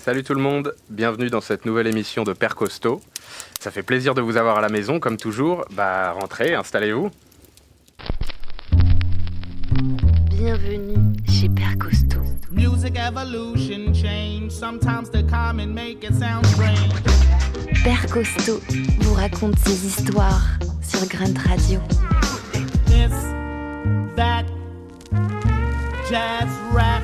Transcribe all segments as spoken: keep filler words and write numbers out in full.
Salut tout le monde, bienvenue dans cette nouvelle émission de Père Costaud. Ça fait plaisir de vous avoir à la maison, comme toujours. Bah, rentrez, installez-vous. Bienvenue chez Père Costaud. Music evolution change. Sometimes the common make it sound strange. Père Costaud vous raconte ses histoires sur Grunt Radio. This, that, jazz rap.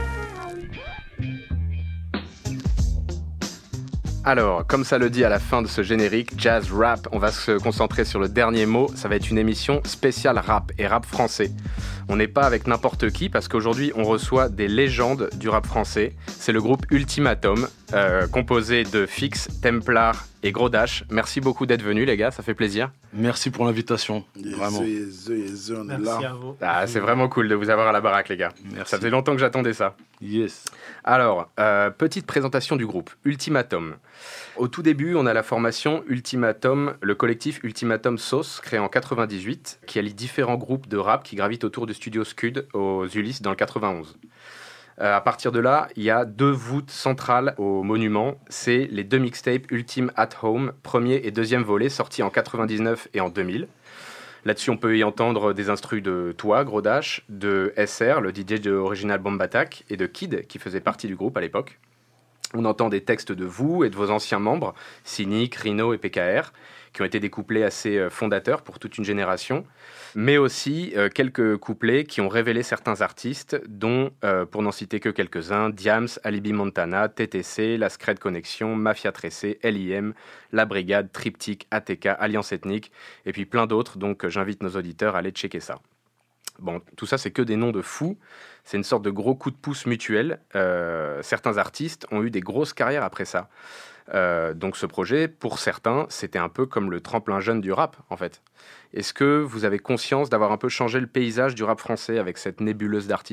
Alors, comme ça le dit à la fin de ce générique, jazz rap, on va se concentrer sur le dernier mot. Ça va être une émission spéciale rap et rap français. On n'est pas avec n'importe qui parce qu'aujourd'hui on reçoit des légendes du rap français. C'est le groupe Ultimatum, euh, composé de Fix, Templar et Gros Dash. Merci beaucoup d'être venus les gars, ça fait plaisir. Merci pour l'invitation, yes, vraiment. Yes, yes, yes, Merci là. à vous. Ah, c'est vraiment cool de vous avoir à la baraque les gars. Merci. Ça faisait longtemps que j'attendais ça. Yes. Alors, euh, petite présentation du groupe, Ultimatum. Au tout début, on a la formation Ultimatum, le collectif Ultimatum Sauce, créé en quatre-vingt-dix-huit, qui allie différents groupes de rap qui gravitent autour du studio Scud aux Ulysses dans le quatre-vingt-onze. Euh, à partir de là, il y a deux voûtes centrales au monument. C'est les deux mixtapes Ultime at Home, premier et deuxième volet, sortis en quatre-vingt-dix-neuf et en deux mille. Là-dessus, on peut y entendre des instrus de toi, Gros Dash, de S R, le D J de Original Bomb Attack, et de Kid, qui faisait partie du groupe à l'époque. On entend des textes de vous et de vos anciens membres, Cynic, Rhino et P K R, qui ont été des couplets assez fondateurs pour toute une génération, mais aussi euh, quelques couplets qui ont révélé certains artistes, dont, euh, pour n'en citer que quelques-uns, Diams, Alibi Montana, T T C, La Scred Connection, Mafia Tressé, L I M, La Brigade, Triptyque, A T K, Alliance Ethnique, et puis plein d'autres, donc j'invite nos auditeurs à aller checker ça. Bon, tout ça, c'est que des noms de fous. C'est une sorte de gros coup de pouce mutuel. Euh, certains artistes ont eu des grosses carrières après ça. Euh, donc ce projet, pour certains, c'était un peu comme le tremplin jeune du rap, en fait. Est-ce que vous avez conscience d'avoir un peu changé le paysage du rap français avec cette nébuleuse d'artistes ?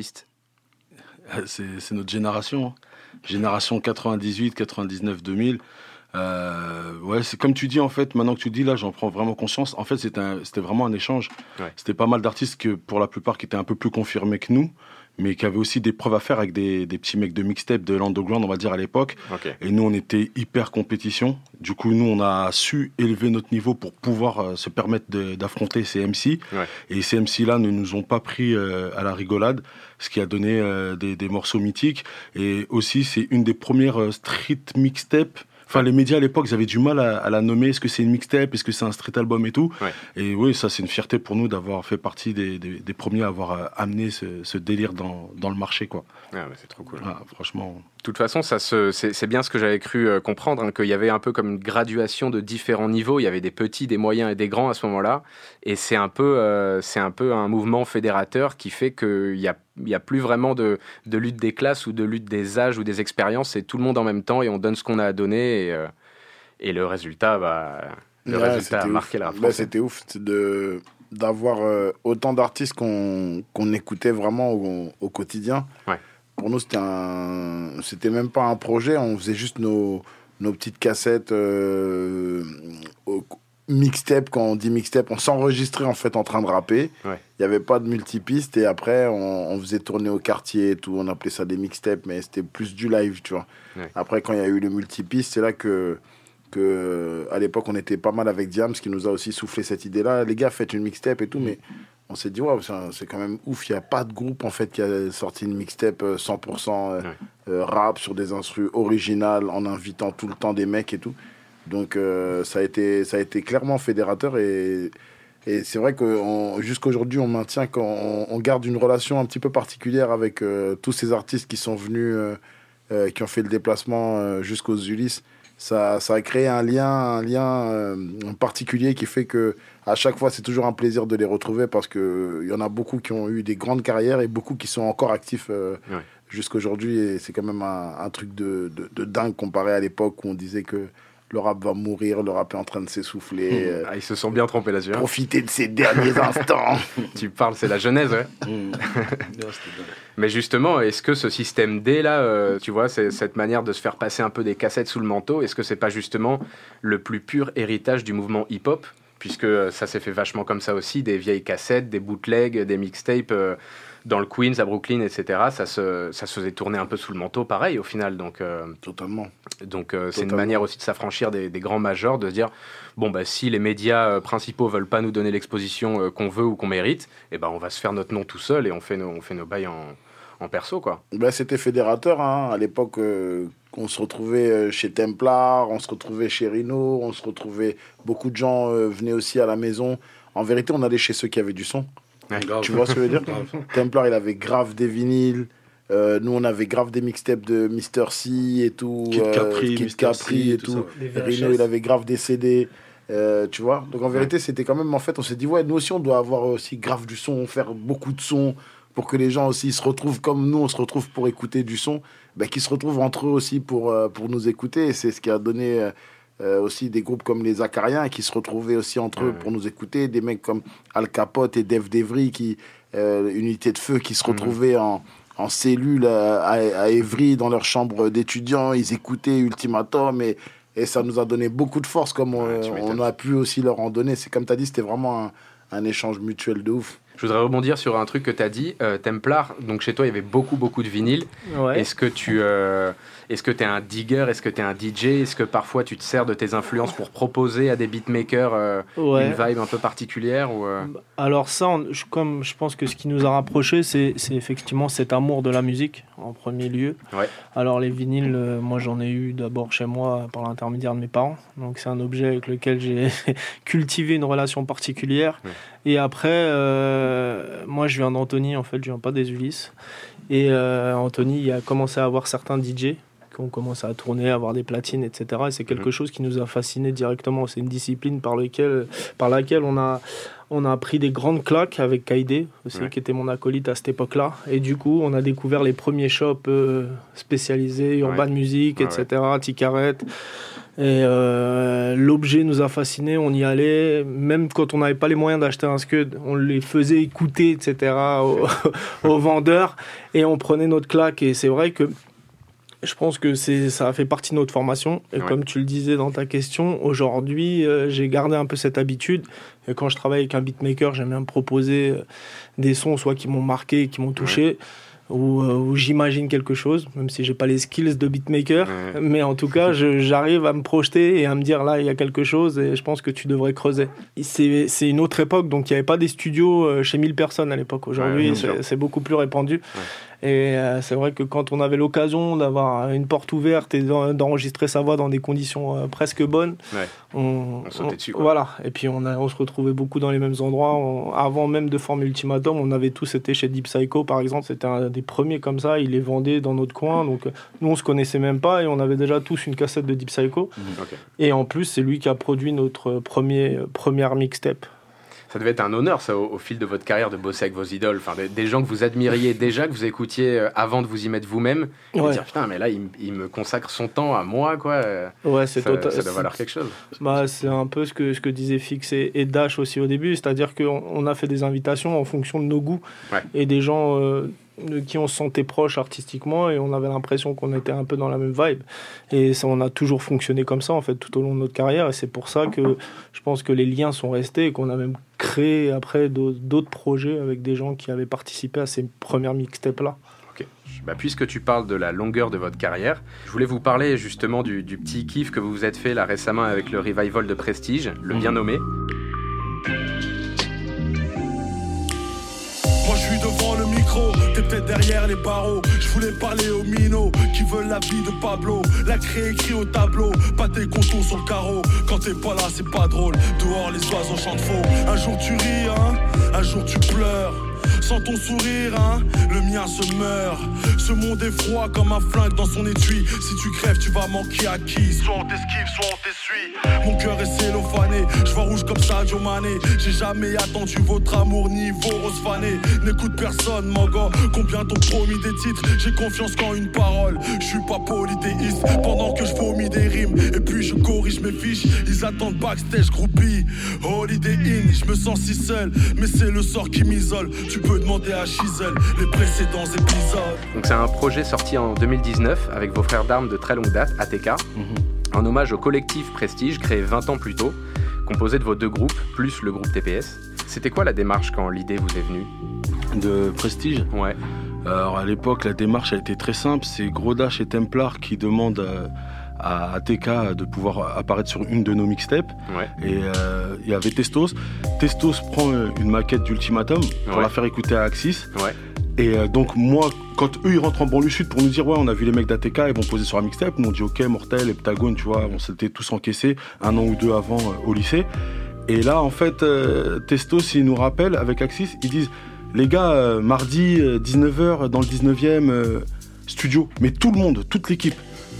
C'est, c'est notre génération. Hein. Génération quatre-vingt-dix-huit, quatre-vingt-dix-neuf, deux mille. Euh, ouais, c'est comme tu dis en fait, maintenant que tu dis là, j'en prends vraiment conscience. En fait, c'était, un, c'était vraiment un échange. Ouais. C'était pas mal d'artistes que, pour la plupart, qui étaient un peu plus confirmés que nous, mais qui avaient aussi des preuves à faire avec des, des petits mecs de mixtape, de l'underground, on va dire à l'époque. Okay. Et nous, on était hyper compétition. Du coup, nous, on a su élever notre niveau pour pouvoir euh, se permettre de, d'affronter ces M C. Ouais. Et ces M C-là ne nous ont pas pris euh, à la rigolade, ce qui a donné euh, des, des morceaux mythiques. Et aussi, c'est une des premières euh, street mixtapes. Enfin, les médias à l'époque, ils avaient du mal à, à la nommer. Est-ce que c'est une mixtape ? Est-ce que c'est un street album et tout ? Ouais. Et oui, ça, c'est une fierté pour nous d'avoir fait partie des, des, des premiers à avoir euh, amené ce, ce délire dans, dans le marché, quoi. Ah, ouais, c'est trop cool. Ah, franchement. De toute façon, ça se, c'est, c'est bien ce que j'avais cru euh, comprendre, hein, qu'il y avait un peu comme une graduation de différents niveaux. Il y avait des petits, des moyens et des grands à ce moment-là. Et c'est un peu, euh, c'est un, peu un mouvement fédérateur qui fait qu'il n'y a, y a plus vraiment de, de lutte des classes ou de lutte des âges ou des expériences. C'est tout le monde en même temps et on donne ce qu'on a à donner. Et, euh, et le résultat, bah, le Ouais, résultat a c'était marqué ouf. la France. Bah, c'était ouf de, d'avoir euh, autant d'artistes qu'on, qu'on écoutait vraiment au, au quotidien. Ouais. Pour nous, c'était, un, c'était même pas un projet. On faisait juste nos, nos petites cassettes euh, au, mixtape. Quand on dit mixtape, on s'enregistrait en fait en train de rapper. Il Ouais. n'y avait pas de multipiste. Et après, on, on faisait tourner au quartier et tout. On appelait ça des mixtapes, mais c'était plus du live, tu vois. Ouais. Après, quand il y a eu le multipiste, c'est là que... que à l'époque on était pas mal avec Diams qui nous a aussi soufflé cette idée là, les gars faites une mixtape et tout, mais on s'est dit ouais, c'est, c'est quand même ouf, il n'y a pas de groupe en fait qui a sorti une mixtape cent pour cent euh, Ouais. euh, rap sur des instrus originales en invitant tout le temps des mecs et tout, donc euh, ça a été ça a été clairement fédérateur. et Et c'est vrai que on, jusqu'aujourd'hui, on maintient qu'on on garde une relation un petit peu particulière avec euh, tous ces artistes qui sont venus, euh, euh, qui ont fait le déplacement euh, jusqu'aux Ulysses. Ça, ça a créé un lien, un lien euh, particulier qui fait que à chaque fois, c'est toujours un plaisir de les retrouver parce que il y en a beaucoup qui ont eu des grandes carrières et beaucoup qui sont encore actifs euh, Ouais. jusqu'aujourd'hui. Et c'est quand même un, un truc de, de, de dingue comparé à l'époque où on disait que le rap va mourir, le rap est en train de s'essouffler. euh, Ah, ils se sont bien trompés là-dessus. Hein. Profiter de ces derniers instants. Tu parles, c'est la genèse, ouais. Mmh. Non, c'était dingue. Mais justement, est-ce que ce système D, là, euh, tu vois, c'est cette manière de se faire passer un peu des cassettes sous le manteau, est-ce que c'est pas justement le plus pur héritage du mouvement hip-hop ? Puisque ça s'est fait vachement comme ça aussi, des vieilles cassettes, des bootlegs, des mixtapes. Euh, dans le Queens, à Brooklyn, et cetera, ça se, ça se faisait tourner un peu sous le manteau, pareil, au final. Donc, euh, Totalement. donc euh, c'est Totalement. une manière aussi de s'affranchir des, des grands majors, de se dire, bon, bah, si les médias euh, principaux veulent pas nous donner l'exposition euh, qu'on veut ou qu'on mérite, eh ben, on va se faire notre nom tout seul et on fait nos, on fait nos bails en, en perso, quoi. Ben, c'était fédérateur, hein. À l'époque, euh, on se retrouvait chez Templar, on se retrouvait chez Rhino, on se retrouvait... Beaucoup de gens euh, venaient aussi à la maison. En vérité, on allait chez ceux qui avaient du son. Ouais. Tu vois ce que je veux dire? Templar, il avait grave des vinyles. Euh, nous, on avait grave des mixtapes de Mister C et tout. Kid Capri, euh, Kid Mister Capri C, et tout tout. ça. Rhino, il avait grave des C D. Euh, tu vois? Donc en vérité, c'était quand même... En fait, on s'est dit, ouais, nous aussi, on doit avoir aussi grave du son, faire beaucoup de sons pour que les gens aussi se retrouvent comme nous, on se retrouve pour écouter du son, ben, qu'ils se retrouvent entre eux aussi pour, euh, pour nous écouter. Et c'est ce qui a donné euh, aussi des groupes comme les Acariens qui se retrouvaient aussi entre eux pour nous écouter. Des mecs comme Al Capote et Def Devry, qui, euh, Unité de Feu, qui se retrouvaient en, en cellule à, à Évry, dans leur chambre d'étudiants. Ils écoutaient Ultimatum et, et ça nous a donné beaucoup de force, comme on, Ouais, on a pu aussi leur en donner. C'est comme tu as dit, c'était vraiment un, un échange mutuel de ouf. Je voudrais rebondir sur un truc que tu as dit, euh, Templar, donc chez toi il y avait beaucoup beaucoup de vinyles. Ouais. Est-ce que tu euh, est-ce que tu es un digger, est-ce que tu es un D J, est-ce que parfois tu te sers de tes influences pour proposer à des beatmakers euh, Ouais. une vibe un peu particulière ou euh... Alors ça, on- je, comme je pense que ce qui nous a rapprochés, c'est, c'est effectivement cet amour de la musique en premier lieu. Ouais. Alors les vinyles, euh, moi j'en ai eu d'abord chez moi par l'intermédiaire de mes parents. Donc c'est un objet avec lequel j'ai cultivé une relation particulière. Ouais. Et après, euh, moi je viens d'Antony, en fait, je viens pas des Ulysses. Et euh, Anthony, il a commencé à avoir certains D J qui ont commencé à tourner, à avoir des platines, et cetera. Et c'est quelque Mhm. chose qui nous a fascinés directement. C'est une discipline par, lequel, par laquelle on a, on a pris des grandes claques avec Kaïdé aussi, Ouais. qui était mon acolyte à cette époque-là. Et du coup, on a découvert les premiers shops euh, spécialisés, Urban Ouais. Music, Ouais, et cetera, Ticaret. Et euh, l'objet nous a fascinés, on y allait, même quand on n'avait pas les moyens d'acheter un Scud, on les faisait écouter, et cetera, aux, aux vendeurs, et on prenait notre claque. Et c'est vrai que je pense que c'est, ça a fait partie de notre formation. Et Ouais. comme tu le disais dans ta question, aujourd'hui, euh, j'ai gardé un peu cette habitude. Et quand je travaille avec un beatmaker, j'aime bien me proposer euh, des sons, soit qui m'ont marqué, qui m'ont touché, ou euh, où j'imagine quelque chose, même si j'ai pas les skills de beatmaker. Ouais. Mais en tout cas, je- j'arrive à me projeter et à me dire là, il y a quelque chose et je pense que tu devrais creuser. Et C'est, c'est une autre époque, donc il n'y avait pas des studios euh, chez mille personnes à l'époque. Aujourd'hui, Ouais, bien sûr. c'est, c'est beaucoup plus répandu. Et euh, c'est vrai que quand on avait l'occasion d'avoir une porte ouverte et d'en- d'enregistrer sa voix dans des conditions euh, presque bonnes, Ouais. on, On sautait dessus, quoi. Voilà. Et puis on, a, on se retrouvait beaucoup dans les mêmes endroits. On- avant même de former Ultimatum, on avait tous été chez Deep Psycho, par exemple. C'était un des premiers comme ça. Il les vendait dans notre coin. Donc euh, nous, on se connaissait même pas et on avait déjà tous une cassette de Deep Psycho. Ok. Et en plus, c'est lui qui a produit notre premier, première mixtape. Ça devait être un honneur, ça, au, au fil de votre carrière, de bosser avec vos idoles, enfin, des, des gens que vous admiriez déjà, que vous écoutiez euh, avant de vous y mettre vous-même, et Ouais. dire putain, mais là, il, m- il me consacre son temps à moi, quoi. euh, Ouais, c'est ça, total- ça doit valoir quelque chose. Bah, c'est un peu ce que, ce que disaient Fix et, et Dash aussi au début, c'est-à-dire qu'on on a fait des invitations en fonction de nos goûts Ouais. et des gens euh, de qui on se sentait proche artistiquement et on avait l'impression qu'on était un peu dans la même vibe. Et ça, on a toujours fonctionné comme ça en fait tout au long de notre carrière et c'est pour ça que je pense que les liens sont restés et qu'on a même créé après d'au- d'autres projets avec des gens qui avaient participé à ces premières mixtapes-là. Ok. Bah, puisque tu parles de la longueur de votre carrière, je voulais vous parler justement du, du petit kiff que vous vous êtes fait là récemment avec le revival de Prestige, le bien nommé. Moi je suis devant le micro, t'es peut-être derrière les barreaux. Je voulais parler aux minots qui veulent la vie de Pablo. La craie écrit au tableau, pas tes contours sur le carreau. Quand t'es pas là c'est pas drôle, dehors les oiseaux chantent faux. Un jour tu ris hein, un jour tu pleures. Sans ton sourire, hein, le mien se meurt. Ce monde est froid comme un flingue dans son étui. Si tu crèves, tu vas manquer à qui? Soit on t'esquive, soit on t'essuie. Mon cœur est cellophané, je vois rouge comme Sadio Mané. J'ai jamais attendu votre amour ni vos roses fanées. N'écoute personne, mon gars. Combien t'ont promis des titres? J'ai confiance qu'en une parole. Je suis pas polythéiste pendant que je vomis des rimes. Et puis je corrige mes fiches. Ils attendent backstage groupie. Holiday Inn, je me sens si seul. Mais c'est le sort qui m'isole. Tu peux demander à Giselle les précédents épisodes. Donc c'est un projet sorti en deux mille dix-neuf avec vos frères d'armes de très longue date, A T K, en hommage au collectif Prestige créé vingt ans plus tôt, composé de vos deux groupes, plus le groupe T P S. C'était quoi la démarche quand l'idée vous est venue ? de Prestige. Ouais. Alors à l'époque, la démarche a été très simple. C'est Gros Dash et Templar qui demandent euh, à A T K de pouvoir apparaître sur une de nos mixtapes. Ouais. Et euh, il y avait Testos. Testos prend euh, une maquette d'Ultimatum pour Ouais. la faire écouter à Axis. Ouais. Et euh, donc moi, quand eux ils rentrent en banlieue sud pour nous dire ouais on a vu les mecs d'A T K, ils vont poser sur la mixtape, nous on dit ok Mortel, Heptagone, tu vois, on s'était tous encaissés un an ou deux avant euh, au lycée. Et là en fait euh, Testos ils nous rappellent avec Axis, ils disent les gars euh, mardi euh, dix-neuf heures dans le dix-neuvième euh, studio, mais tout le monde, toute l'équipe.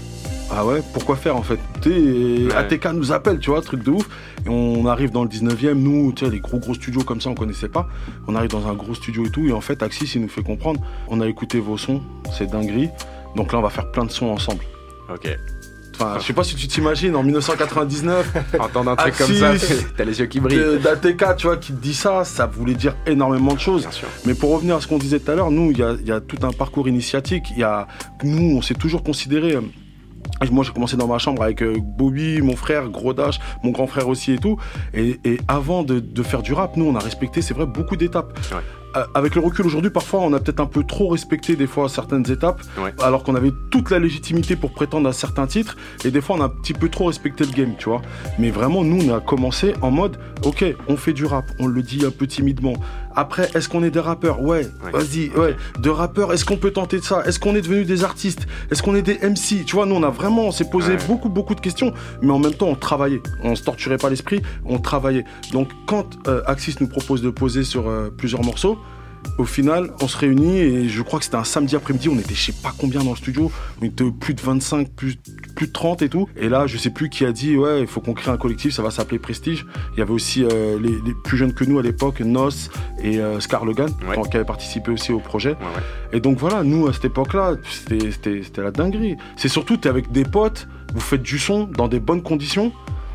Ah ouais, pourquoi faire en fait? Ouais. A T K nous appelle, tu vois, truc de ouf. Et on arrive dans le dix-neuvième, nous, tu sais, les gros gros studios comme ça, on connaissait pas. On arrive dans un gros studio et tout. Et en fait, Axis, il nous fait comprendre, on a écouté vos sons, c'est dinguerie. Donc là, on va faire plein de sons ensemble. Ok. Enfin, je sais pas si tu t'imagines, en dix-neuf cent quatre-vingt-dix-neuf, entendre un truc Axis, comme ça, t'as les yeux qui brillent. D'A T K, tu vois, qui te dit ça, ça voulait dire énormément de choses. Bien sûr. Mais pour revenir à ce qu'on disait tout à l'heure, nous, il y a, y a tout un parcours initiatique. Il y a, nous, on s'est toujours considéré. Moi, j'ai commencé dans ma chambre avec euh, Bobby, mon frère, Gros Dash, mon grand frère aussi et tout. Et, et avant de, de faire du rap, nous, on a respecté, c'est vrai, beaucoup d'étapes. Ouais. Euh, avec le recul aujourd'hui, parfois, on a peut-être un peu trop respecté des fois certaines étapes, Ouais. alors qu'on avait toute la légitimité pour prétendre à certains titres. Et des fois, on a un petit peu trop respecté le game, tu vois. Mais vraiment, nous, on a commencé en mode, ok, on fait du rap, on le dit un peu timidement. Après, est-ce qu'on est des rappeurs? Ouais, Ouais. vas-y, Ok. ouais. De rappeurs, est-ce qu'on peut tenter de ça? Est-ce qu'on est devenus des artistes? Est-ce qu'on est des M C? Tu vois, nous, on a vraiment, on s'est posé Ouais. beaucoup, beaucoup de questions, mais en même temps, on travaillait. On se torturait pas l'esprit, on travaillait. Donc, quand euh, Axis nous propose de poser sur euh, plusieurs morceaux, au final, on se réunit et je crois que c'était un samedi après-midi, on était je sais pas combien dans le studio, on était plus de vingt-cinq, plus, plus de trente et tout. Et là, je sais plus qui a dit, ouais, il faut qu'on crée un collectif, ça va s'appeler Prestige. Il y avait aussi euh, les, les plus jeunes que nous à l'époque, Nos et euh, Scar Logan, Ouais. qui avaient participé aussi au projet. Ouais, ouais. Et donc voilà, nous à cette époque-là, c'était, c'était, c'était la dinguerie. C'est surtout, t'es avec des potes, vous faites du son dans des bonnes conditions.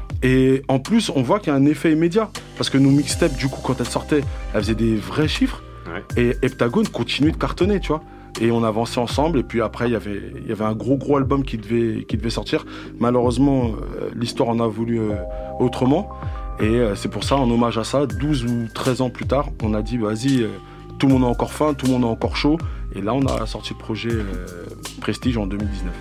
Et en plus, on voit qu'il y a un effet immédiat. Parce que nos mixtapes, du coup, quand elles sortaient, elles faisaient des vrais chiffres. Ouais. Et Heptagone continuait de cartonner, tu vois. Et on avançait ensemble. Et puis après, il y avait, il y avait un gros, gros album qui devait, qui devait sortir. Malheureusement, euh, l'histoire en a voulu euh, autrement. Et euh, c'est pour ça, en hommage à ça, douze ou treize ans plus tard, on a dit, vas-y, euh, tout le monde a encore faim, tout le monde a encore chaud. Et là, on a sorti le projet euh, Prestige en deux mille dix-neuf.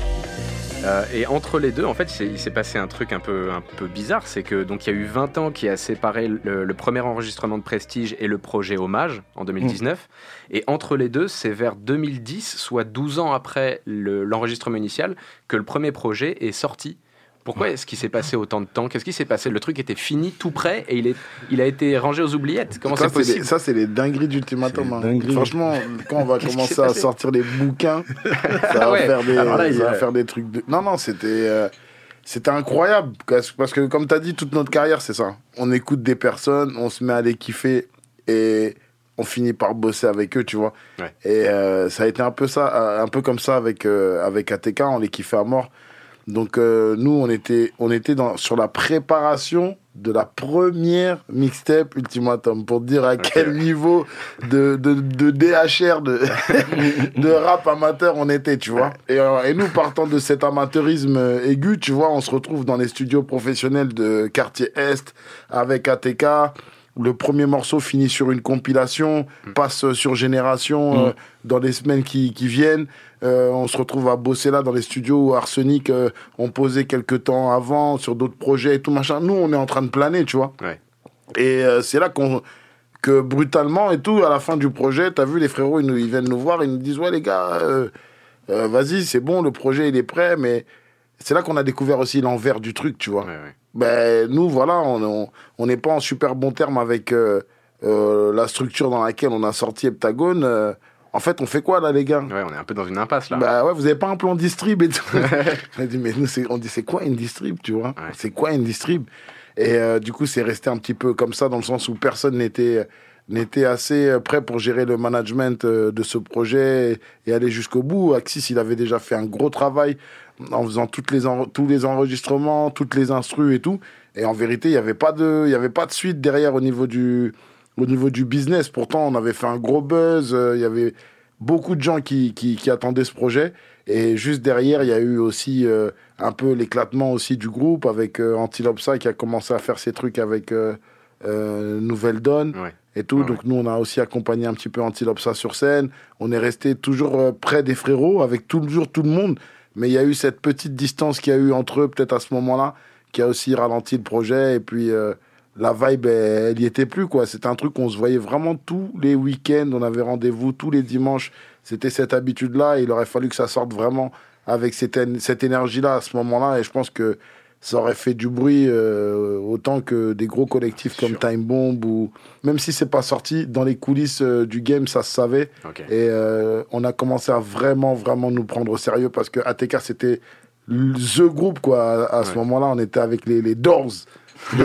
Euh, et entre les deux, en fait, il s'est passé un truc un peu, un peu bizarre, c'est que donc il y a eu vingt ans qui a séparé le, le premier enregistrement de Prestige et le projet Hommage en deux mille dix-neuf. Mmh. Et entre les deux, c'est vers deux mille dix, soit douze ans après le, l'enregistrement initial, que le premier projet est sorti. Pourquoi est-ce qu'il s'est passé autant de temps? Qu'est-ce qui s'est passé? Le truc était fini, tout prêt, et il, est, il a été rangé aux oubliettes. Comment ça, c'est possible? les, Ça, c'est les dingueries d'Ultimatum. Hein. Dingueries. Franchement, quand on va commencer à sortir les bouquins, ça va, ouais. faire, des, Alors là, ça il va a... faire des trucs de... Non, non, c'était... Euh... C'était incroyable, parce que comme tu as dit, toute notre carrière, c'est ça. On écoute des personnes, on se met à les kiffer et on finit par bosser avec eux, tu vois. Ouais. Et euh, ça a été un peu ça, un peu comme ça avec, euh, avec A T K, on les kiffait à mort. Donc euh, nous, on était, on était dans, sur la préparation de la première mixtape Ultimatum, pour dire à okay. quel niveau de, de, de D H R, de, de rap amateur on était, tu vois. Et, euh, et nous, partant de cet amateurisme aigu, tu vois, on se retrouve dans les studios professionnels de Quartier Est, avec A T K. Le premier morceau finit sur une compilation, mmh. passe sur Génération mmh. euh, dans les semaines qui, qui viennent. Euh, on se retrouve à bosser là dans les studios où Arsenic euh, ont posé quelques temps avant sur d'autres projets et tout machin. Nous, on est en train de planer, tu vois. Ouais. Et euh, c'est là qu'on, que brutalement et tout, à la fin du projet, t'as vu, les frérots, ils, nous, ils viennent nous voir, ils nous disent « Ouais, les gars, euh, euh, vas-y, c'est bon, le projet, il est prêt. » Mais c'est là qu'on a découvert aussi l'envers du truc, tu vois. Ouais, ouais. Ben, nous, voilà, on n'est pas en super bon terme avec euh, euh, la structure dans laquelle on a sorti Heptagone. Euh, en fait, on fait quoi, là, les gars? Ouais, on est un peu dans une impasse, là. Bah ouais, vous n'avez pas un plan distrib et tout. On dit, mais nous, c'est, on dit, c'est quoi une distrib, tu vois? Ouais. C'est quoi une distrib? Et euh, du coup, c'est resté un petit peu comme ça, dans le sens où personne n'était, n'était assez prêt pour gérer le management de ce projet et aller jusqu'au bout. Axis, il avait déjà fait un gros travail en faisant toutes les en... tous les enregistrements, toutes les instrus et tout. Et en vérité, il n'y avait pas de, il y avait pas de suite derrière au niveau du, au niveau du business. Pourtant, on avait fait un gros buzz. Il euh, y avait beaucoup de gens qui, qui, qui attendaient ce projet. Et juste derrière, il y a eu aussi euh, un peu l'éclatement aussi du groupe avec euh, Antilope Psy qui a commencé à faire ses trucs avec, euh, euh, Nouvelle Donne. Ouais. Et tout, Ouais, donc ouais. nous on a aussi accompagné un petit peu Antilopsa sur scène. On est resté toujours euh, près des frérots, avec toujours tout le monde. Mais il y a eu cette petite distance qu'il y a eu entre eux, peut-être à ce moment-là, qui a aussi ralenti le projet. Et puis euh, la vibe, elle, elle y était plus, quoi. C'était un truc qu'on se voyait vraiment tous les week-ends. On avait rendez-vous tous les dimanches. C'était cette habitude-là. Et il aurait fallu que ça sorte vraiment avec cette, en- cette énergie-là à ce moment-là. Et je pense que ça aurait fait du bruit euh, autant que des gros collectifs Sûr. comme Time Bomb, ou même si c'est pas sorti, dans les coulisses euh, du game, ça se savait. Ok. Et euh, on a commencé à vraiment, vraiment nous prendre au sérieux parce que A T K, c'était l- the groupe, quoi. À, à ce Ouais. moment-là, on était avec les, les Doors. Les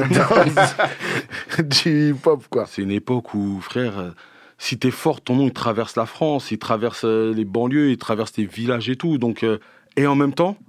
Doors du hip-hop, quoi. C'est une époque où, frère, euh, si t'es fort, ton nom, il traverse la France, il traverse euh, les banlieues, il traverse les villages et tout. Donc, euh, et en même temps,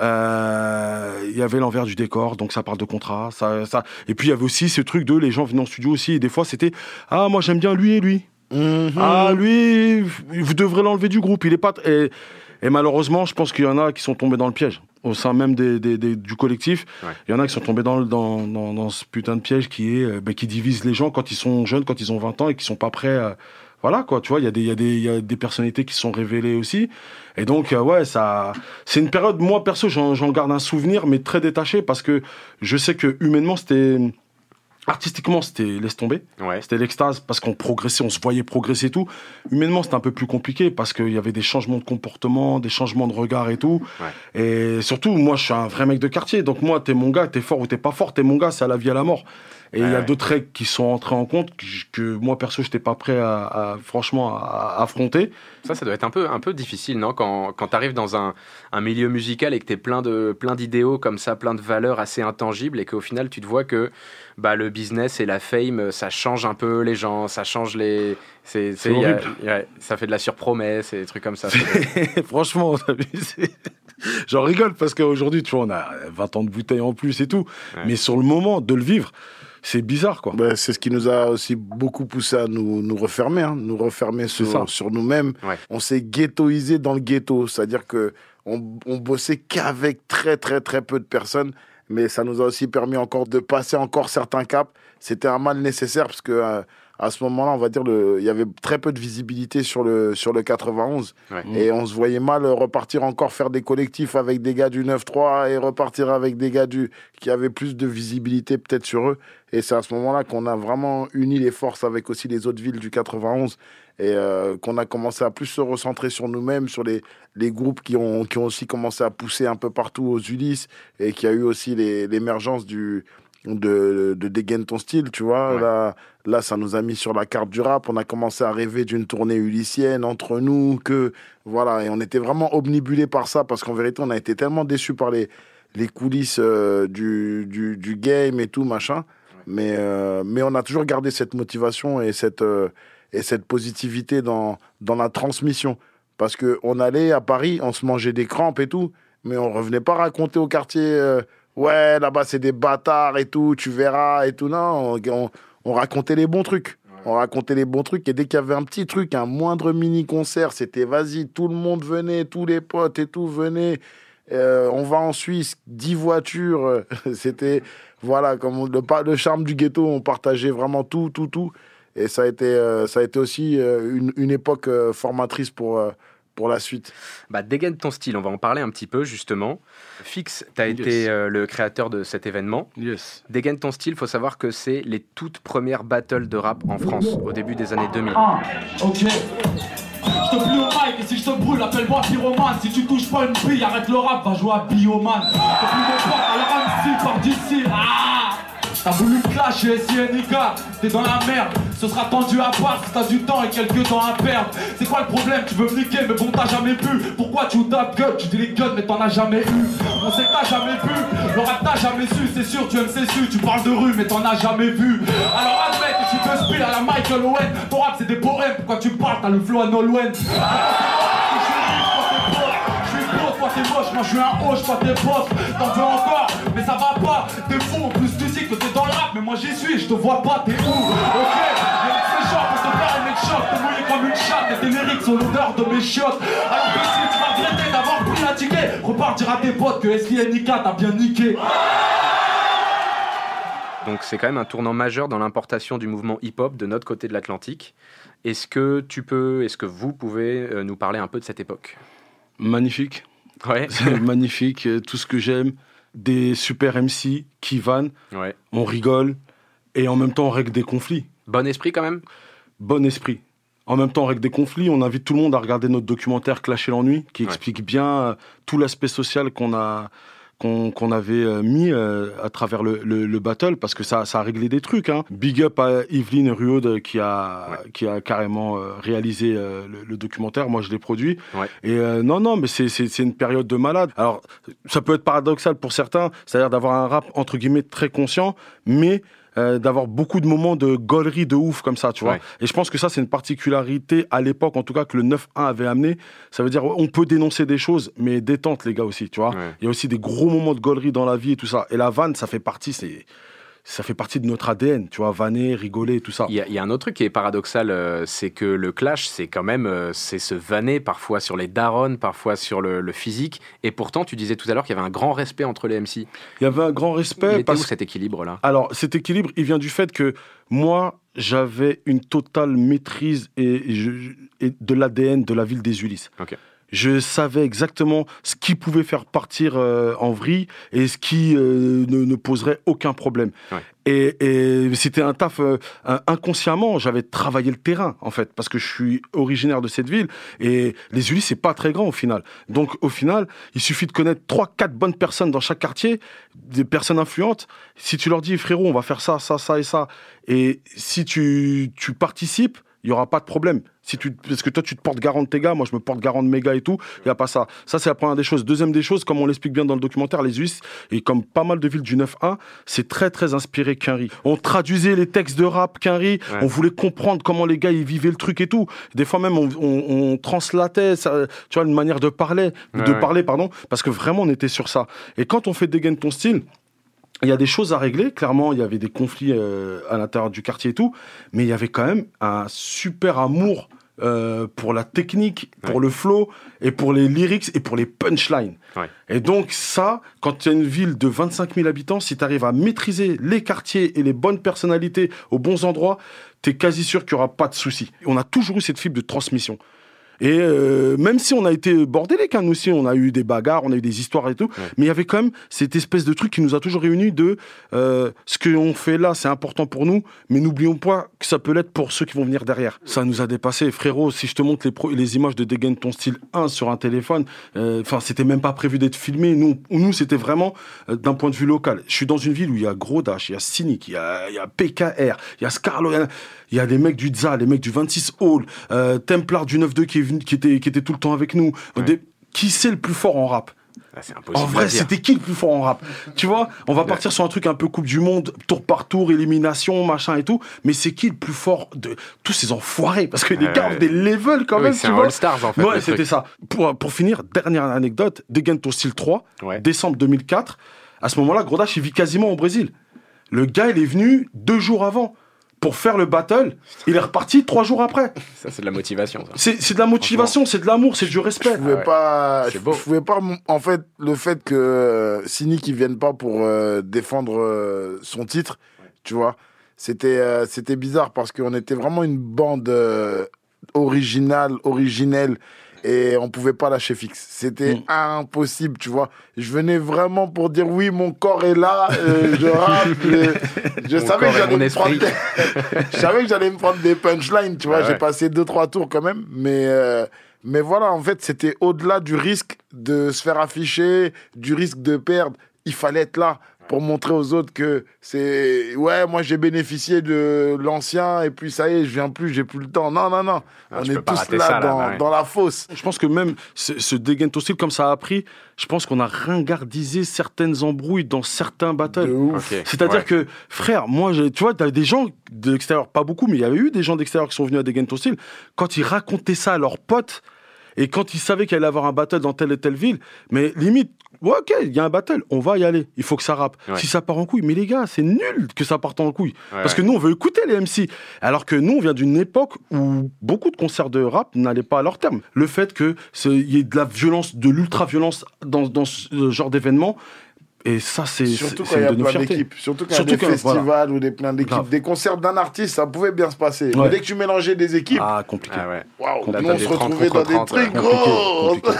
euh, il y avait l'envers du décor, donc ça parle de contrat. Ça, ça... Et puis, il y avait aussi ce truc de les gens venaient en studio aussi. Et des fois, c'était « Ah, moi, j'aime bien lui et lui. Mhm. Ah, lui, vous devrez l'enlever du groupe. Il est pas... t- » et, et malheureusement, je pense qu'il y en a qui sont tombés dans le piège. Au sein même des, des- des- du collectif, Ouais. il y en a qui sont tombés dans, le- dans, dans, dans ce putain de piège qui est euh, ben, qui divise les gens quand ils sont jeunes, quand ils ont vingt ans et qui sont pas prêts. à- Voilà, quoi, tu vois, il y, a des- il y, a des- il y a des personnalités qui se sont révélées aussi. Et donc, euh, ouais, ça, c'est une période, moi, perso, j'en, j'en garde un souvenir, mais très détaché, parce que je sais que humainement, c'était. Artistiquement, c'était laisse tomber. Ouais. C'était l'extase, parce qu'on progressait, on se voyait progresser et tout. Humainement, c'était un peu plus compliqué, parce qu'il y avait des changements de comportement, des changements de regard et tout. Ouais. Et surtout, moi, je suis un vrai mec de quartier. Donc, moi, t'es mon gars, t'es fort ou t'es pas fort, t'es mon gars, c'est à la vie, à la mort. Et il Ouais, y a ouais. d'autres règles qui sont entrées en compte que, je- que moi, perso, j'étais pas prêt à, à, franchement, à, à affronter. Ça, ça doit être un peu, un peu difficile, non? Quand, quand tu arrives dans un, un milieu musical et que tu es plein, de, plein d'idéaux comme ça, plein de valeurs assez intangibles, et qu'au final, tu te vois que bah, le business et la fame, ça change un peu les gens, ça change les... C'est, C'est il y a- horrible. ouais, ça fait de la surpromesse et des trucs comme ça. Franchement, t'as vu, c'est- j'en rigole parce qu'aujourd'hui, tu vois, on a vingt ans de bouteilles en plus et tout. Ouais. Mais sur le moment, de le vivre, c'est bizarre, quoi. Ben, c'est ce qui nous a aussi beaucoup poussé à nous, nous refermer, hein, nous refermer C'est ça. sur, sur nous-mêmes. Ouais. On s'est ghettoisé dans le ghetto, c'est-à-dire que on, on bossait qu'avec très très très peu de personnes, mais ça nous a aussi permis encore de passer encore certains caps. C'était un mal nécessaire parce que euh, à ce moment-là, on va dire, le, il y avait très peu de visibilité sur le, sur le quatre-vingt-onze. Ouais. Et on se voyait mal repartir encore faire des collectifs avec des gars du neuf trois et repartir avec des gars du, qui avaient plus de visibilité peut-être sur eux. Et c'est à ce moment-là qu'on a vraiment uni les forces avec aussi les autres villes du quatre-vingt-onze et euh, qu'on a commencé à plus se recentrer sur nous-mêmes, sur les, les groupes qui ont, qui ont aussi commencé à pousser un peu partout aux Ulysses et qui a eu aussi les, l'émergence du... de, de dégaine ton style, tu vois. Ouais. Là, là, ça nous a mis sur la carte du rap. On a commencé à rêver d'une tournée ulyssienne entre nous, que voilà. Et on était vraiment obnubilés par ça parce qu'en vérité, on a été tellement déçus par les, les coulisses euh, du, du, du game et tout, machin. Mais, euh, mais on a toujours gardé cette motivation et cette, euh, et cette positivité dans, dans la transmission. Parce qu'on allait à Paris, on se mangeait des crampes et tout, mais on revenait pas raconter au quartier... euh, ouais, là-bas, c'est des bâtards et tout, tu verras et tout. Non, on, on, on racontait les bons trucs. On racontait les bons trucs. Et dès qu'il y avait un petit truc, un moindre mini-concert, c'était vas-y, tout le monde venait, tous les potes et tout venaient. Euh, on va en Suisse, dix voitures. C'était, voilà, comme le, le charme du ghetto, on partageait vraiment tout, tout, tout. Et ça a été, euh, ça a été aussi euh, une, une époque euh, formatrice pour... Euh, pour la suite. Bah, dégaine ton style, on va en parler un petit peu justement. Fix, tu as Yes. été euh, le créateur de cet événement. Yes. Dégaine ton style, faut savoir que c'est les toutes premières battles de rap en France au début des années deux mille. Ah, ok. Je te plie au mic et si je te brûle, appelle-moi pyromane. Si tu touches pas une bille, arrête le rap, va jouer à Bioman. Je te plie mon pote, alors M C par d'ici. Ah, t'as voulu clasher S I N I K, t'es dans la merde. Ce sera tendu à part si t'as du temps et quelques temps à perdre. C'est quoi le problème? Tu veux me niquer, mais bon, t'as jamais pu. Pourquoi tu tapes gueule? Tu dis les guns, mais t'en as jamais eu. On sait que t'as jamais vu. Le rap t'as jamais su, c'est sûr, tu aimes c'est su. Tu parles de rue, mais t'en as jamais vu. Alors admets que tu peux spill à la Michael Owen. Ton rap c'est des poèmes, pourquoi tu parles? T'as le flow à Nolwenn. Je suis beau, toi t'es moche, moi je suis un hoche, toi t'es bof. T'en veux encore, mais ça va pas. T'es fou, en plus tu dis que t'es dans le rap, mais moi j'y suis, je te vois pas, t'es où? Ok, y'a une fait genre pour te faire un mec choc. T'es mouillé comme une chatte et tes lyrics sont l'odeur de mes chiottes. Alors que si tu vas regretter d'avoir pris un ticket, repars dire à tes potes que S I N I K t'a bien niqué. Donc c'est quand même un tournant majeur dans l'importation du mouvement hip-hop de notre côté de l'Atlantique. Est-ce que tu peux, est-ce que vous pouvez euh, nous parler un peu de cette époque ? Magnifique. Ouais. C'est magnifique, euh, tout ce que j'aime. Des super M C qui vannent, Ouais. on rigole, et en même temps on règle des conflits. Bon esprit quand même ? Bon esprit. En même temps, on règle des conflits. On invite tout le monde à regarder notre documentaire Clasher l'ennui, qui Ouais. explique bien euh, tout l'aspect social qu'on a qu'on, qu'on avait euh, mis euh, à travers le, le, le battle, parce que ça, ça a réglé des trucs. Hein. Big up à Yveline Ruode qui a, Ouais. qui a carrément euh, réalisé euh, le, le documentaire. Moi, je l'ai produit. Ouais. Et euh, non, non, mais c'est, c'est, c'est une période de malade. Alors, ça peut être paradoxal pour certains, c'est-à-dire d'avoir un rap, entre guillemets, très conscient, mais euh, d'avoir beaucoup de moments de gaulerie de ouf comme ça, tu vois. Ouais. Et je pense que ça, c'est une particularité à l'époque, en tout cas, que le neuf un avait amené. Ça veut dire, on peut dénoncer des choses, mais détente, les gars, aussi, tu vois. Ouais. Il y a aussi des gros moments de gaulerie dans la vie et tout ça. Et la vanne, ça fait partie, c'est... ça fait partie de notre A D N, tu vois, vanner, rigoler, tout ça. Il y, a, il y a un autre truc qui est paradoxal, euh, c'est que le clash, c'est quand même, euh, c'est se vanner parfois sur les darons, parfois sur le, le physique. Et pourtant, tu disais tout à l'heure qu'il y avait un grand respect entre les M C. Il y avait un grand Il respect. était parce où cet équilibre-là ? Alors, cet équilibre, il vient du fait que moi, j'avais une totale maîtrise et, je- et de l'A D N de la ville des Ulysses. Ok. Je savais exactement ce qui pouvait faire partir euh, en vrille et ce qui euh, ne, ne poserait aucun problème. Ouais. Et, et c'était un taf euh, un- inconsciemment. J'avais travaillé le terrain, en fait, parce que je suis originaire de cette ville. Et les Ulysses, c'est pas très grand au final. Donc, au final, il suffit de connaître trois, quatre bonnes personnes dans chaque quartier, des personnes influentes. Si tu leur dis, frérot, on va faire ça, ça, ça et ça, et si tu, tu participes, il n'y aura pas de problème. Si tu, parce que toi, tu te portes garant de tes gars, moi, je me porte garant de mes gars et tout, il n'y a pas ça. Ça, c'est la première des choses. Deuxième des choses, comme on l'explique bien dans le documentaire, les Ulysses, et comme pas mal de villes du neuf un, c'est très, très inspiré Quinry. On traduisait les textes de rap Quinry, Ouais. on voulait comprendre comment les gars, ils vivaient le truc et tout. Des fois même, on, on, on translatait, ça, tu vois, une manière de parler, Ouais, de ouais. parler, pardon, parce que vraiment, on était sur ça. Et quand on fait dégaine ton style, il y a des choses à régler, clairement, il y avait des conflits euh, à l'intérieur du quartier et tout, mais il y avait quand même un super amour euh, pour la technique, pour Ouais. le flow, et pour les lyrics, et pour les punchlines. Ouais. Et donc ça, quand tu as une ville de vingt-cinq mille habitants, si tu arrives à maîtriser les quartiers et les bonnes personnalités aux bons endroits, tu es quasi sûr qu'il n'y aura pas de soucis. On a toujours eu cette fibre de transmission. Et euh, même si on a été bordélique, hein, nous aussi, on a eu des bagarres, on a eu des histoires et tout, Ouais. mais il y avait quand même cette espèce de truc qui nous a toujours réunis de euh, ce qu'on fait là, c'est important pour nous, mais n'oublions pas que ça peut l'être pour ceux qui vont venir derrière. Ça nous a dépassé. Frérot, si je te montre les, pro- les images de Dégaine ton style un sur un téléphone, enfin, euh, c'était même pas prévu d'être filmé. Nous, nous c'était vraiment euh, d'un point de vue local. Je suis dans une ville où il y a Gros Dash, il y a Cynic, il y a, il y a P K R, il y a Scarlo, il y a- il y a des mecs du Dza, les mecs du vingt-six Hall, euh, Templar du neuf deux qui, est venu, qui, était, qui était tout le temps avec nous. Ouais. Des- qui c'est le plus fort en rap? Ah, c'est impossible En à vrai, dire. c'était qui le plus fort en rap? Tu vois, on va Ouais. partir sur un truc un peu Coupe du Monde, tour par tour, élimination, machin et tout. Mais c'est qui le plus fort de tous ces enfoirés? Parce que les Ouais. gars ont des levels quand Oui, même, c'est tu un vois. All-Stars en fait. Ouais, le c'était truc. ça. Pour, pour finir, dernière anecdote, Dégaine ton style trois, Ouais. décembre deux mille quatre. À ce moment-là, Grodash, il vit quasiment au Brésil. Le gars, il est venu deux jours avant pour faire le battle. Il est reparti trois jours après. Ça, c'est de la motivation. Ça. C'est c'est de la motivation, c'est de l'amour, c'est du respect. Je pouvais Ah ouais. pas, C'est je, beau. je pouvais pas, en fait, le fait que euh, Cynic ne vienne pas pour euh, défendre euh, son titre, tu vois, c'était euh, c'était bizarre parce qu'on était vraiment une bande euh, originale, originelle, et on pouvait pas lâcher fixe. C'était Mm. impossible, tu vois. Je venais vraiment pour dire oui, mon corps est là, euh, je rappe, euh, je Mon savais corps que et j'allais mon me esprit. prendre, je savais que j'allais me prendre des punchlines, tu vois. Ouais, J'ai ouais. passé deux trois tours quand même, mais euh, mais voilà, en fait, c'était au-delà du risque de se faire afficher, du risque de perdre. Il fallait être là pour montrer aux autres que c'est ouais, moi j'ai bénéficié de l'ancien et puis ça y est, je viens plus, j'ai plus le temps. Non, non, non. Ah, On tu est peux pas tous rater là, ça, là, dans, bah ouais. dans la fosse. Je pense que même ce, ce dégaine ton style, comme ça a appris, je pense qu'on a ringardisé certaines embrouilles dans certains De battles. ouf. Ok. C'est-à-dire Ouais. que, frère, moi, j'ai- tu vois, t'as des gens de l'extérieur, pas beaucoup, mais il y avait eu des gens d'extérieur qui sont venus à dégaine ton style. Quand ils racontaient ça à leurs potes, et quand ils savaient qu'il allait avoir un battle dans telle et telle ville, mais limite, ouais, ok, il y a un battle, on va y aller, il faut que ça rappe. Ouais. Si ça part en couille, mais les gars, c'est nul que ça parte en couille. Ouais, Parce ouais. que nous, on veut écouter les M C. Alors que nous, on vient d'une époque où beaucoup de concerts de rap n'allaient pas à leur terme. Le fait qu'il y ait de la violence, de l'ultra-violence dans, dans ce genre d'événement, Et ça, c'est, Surtout c'est, quand il y a une de nos plein fiertés. d'équipes. Surtout quand il y a Surtout des que, festivals voilà. ou des, plein d'équipes. Grave. Des concerts d'un artiste, ça pouvait bien se passer. Ouais. Mais dès que tu mélangeais des équipes, Ah, compliqué. Ah ouais. waouh, Là, nous t'as on des se trente retrouvait dans contre des trente, trucs ouais. gros. Compliqué,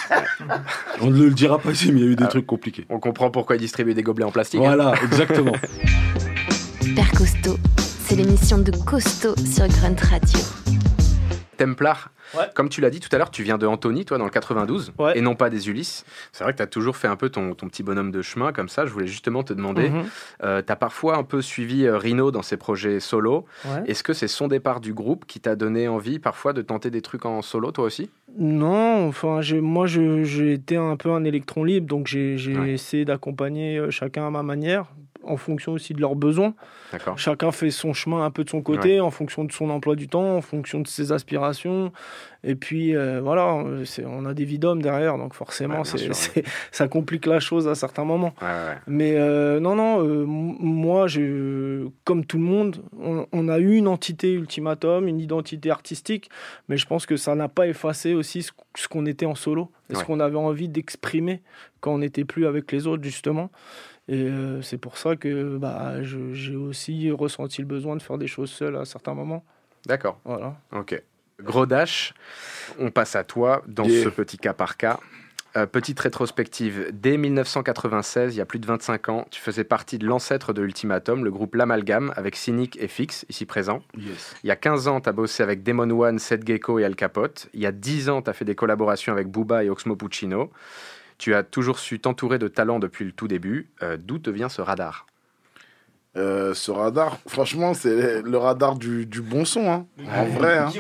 On ne le dira pas ici, mais il y a eu des Ah. trucs compliqués. On comprend pourquoi ils distribuent des gobelets en plastique. hein. Voilà, exactement. Père Costaud, c'est l'émission de Costaud sur Grunt Radio. Templar, Ouais. comme tu l'as dit tout à l'heure, tu viens de Antony, toi, dans le quatre-vingt-douze, Ouais. et non pas des Ulysses. C'est vrai que tu as toujours fait un peu ton, ton petit bonhomme de chemin comme ça. Je voulais justement te demander, Mhm. euh, tu as parfois un peu suivi euh, Rino dans ses projets solo. Ouais. Est-ce que c'est son départ du groupe qui t'a donné envie parfois de tenter des trucs en solo, toi aussi? Non, enfin, j'ai- moi, je- j'ai été un peu un électron libre, donc j'ai j'ai Ouais. essayé d'accompagner euh, chacun à ma manière, en fonction aussi de leurs besoins. D'accord. Chacun fait son chemin un peu de son côté, en fonction de son emploi du temps, en fonction de ses aspirations. Et puis, euh, voilà, c'est- on a des vies d'hommes derrière, donc forcément, Ouais, bien c'est- sûr, c'est- ça complique la chose à certains moments. Ouais, ouais. Mais euh, non, non, euh, m- moi, je, comme tout le monde, on, on a eu une entité ultimatum, une identité artistique, mais je pense que ça n'a pas effacé aussi ce, ce qu'on était en solo, et Ouais. ce qu'on avait envie d'exprimer quand on n'était plus avec les autres, justement. Et euh, c'est pour ça que bah, je- j'ai aussi ressenti le besoin de faire des choses seul à certains moments. D'accord. Voilà. Ok. Gros Dash, on passe à toi dans Yeah. ce petit cas par cas. Euh, petite rétrospective. Dès dix-neuf cent quatre-vingt-seize, il y a plus de vingt-cinq ans, tu faisais partie de l'ancêtre de Ultimatum, le groupe L'Amalgame, avec Cynic et Fix, ici présents. Yes. Il y a quinze ans, tu as bossé avec Demon One, Seth Gecko et Al Capote. Il y a dix ans, tu as fait des collaborations avec Booba et Oxmo Puccino. Tu as toujours su t'entourer de talents depuis le tout début. Euh, d'où te vient ce radar? Euh, ce radar, franchement, c'est le radar du, du bon son, hein. En vrai, hein.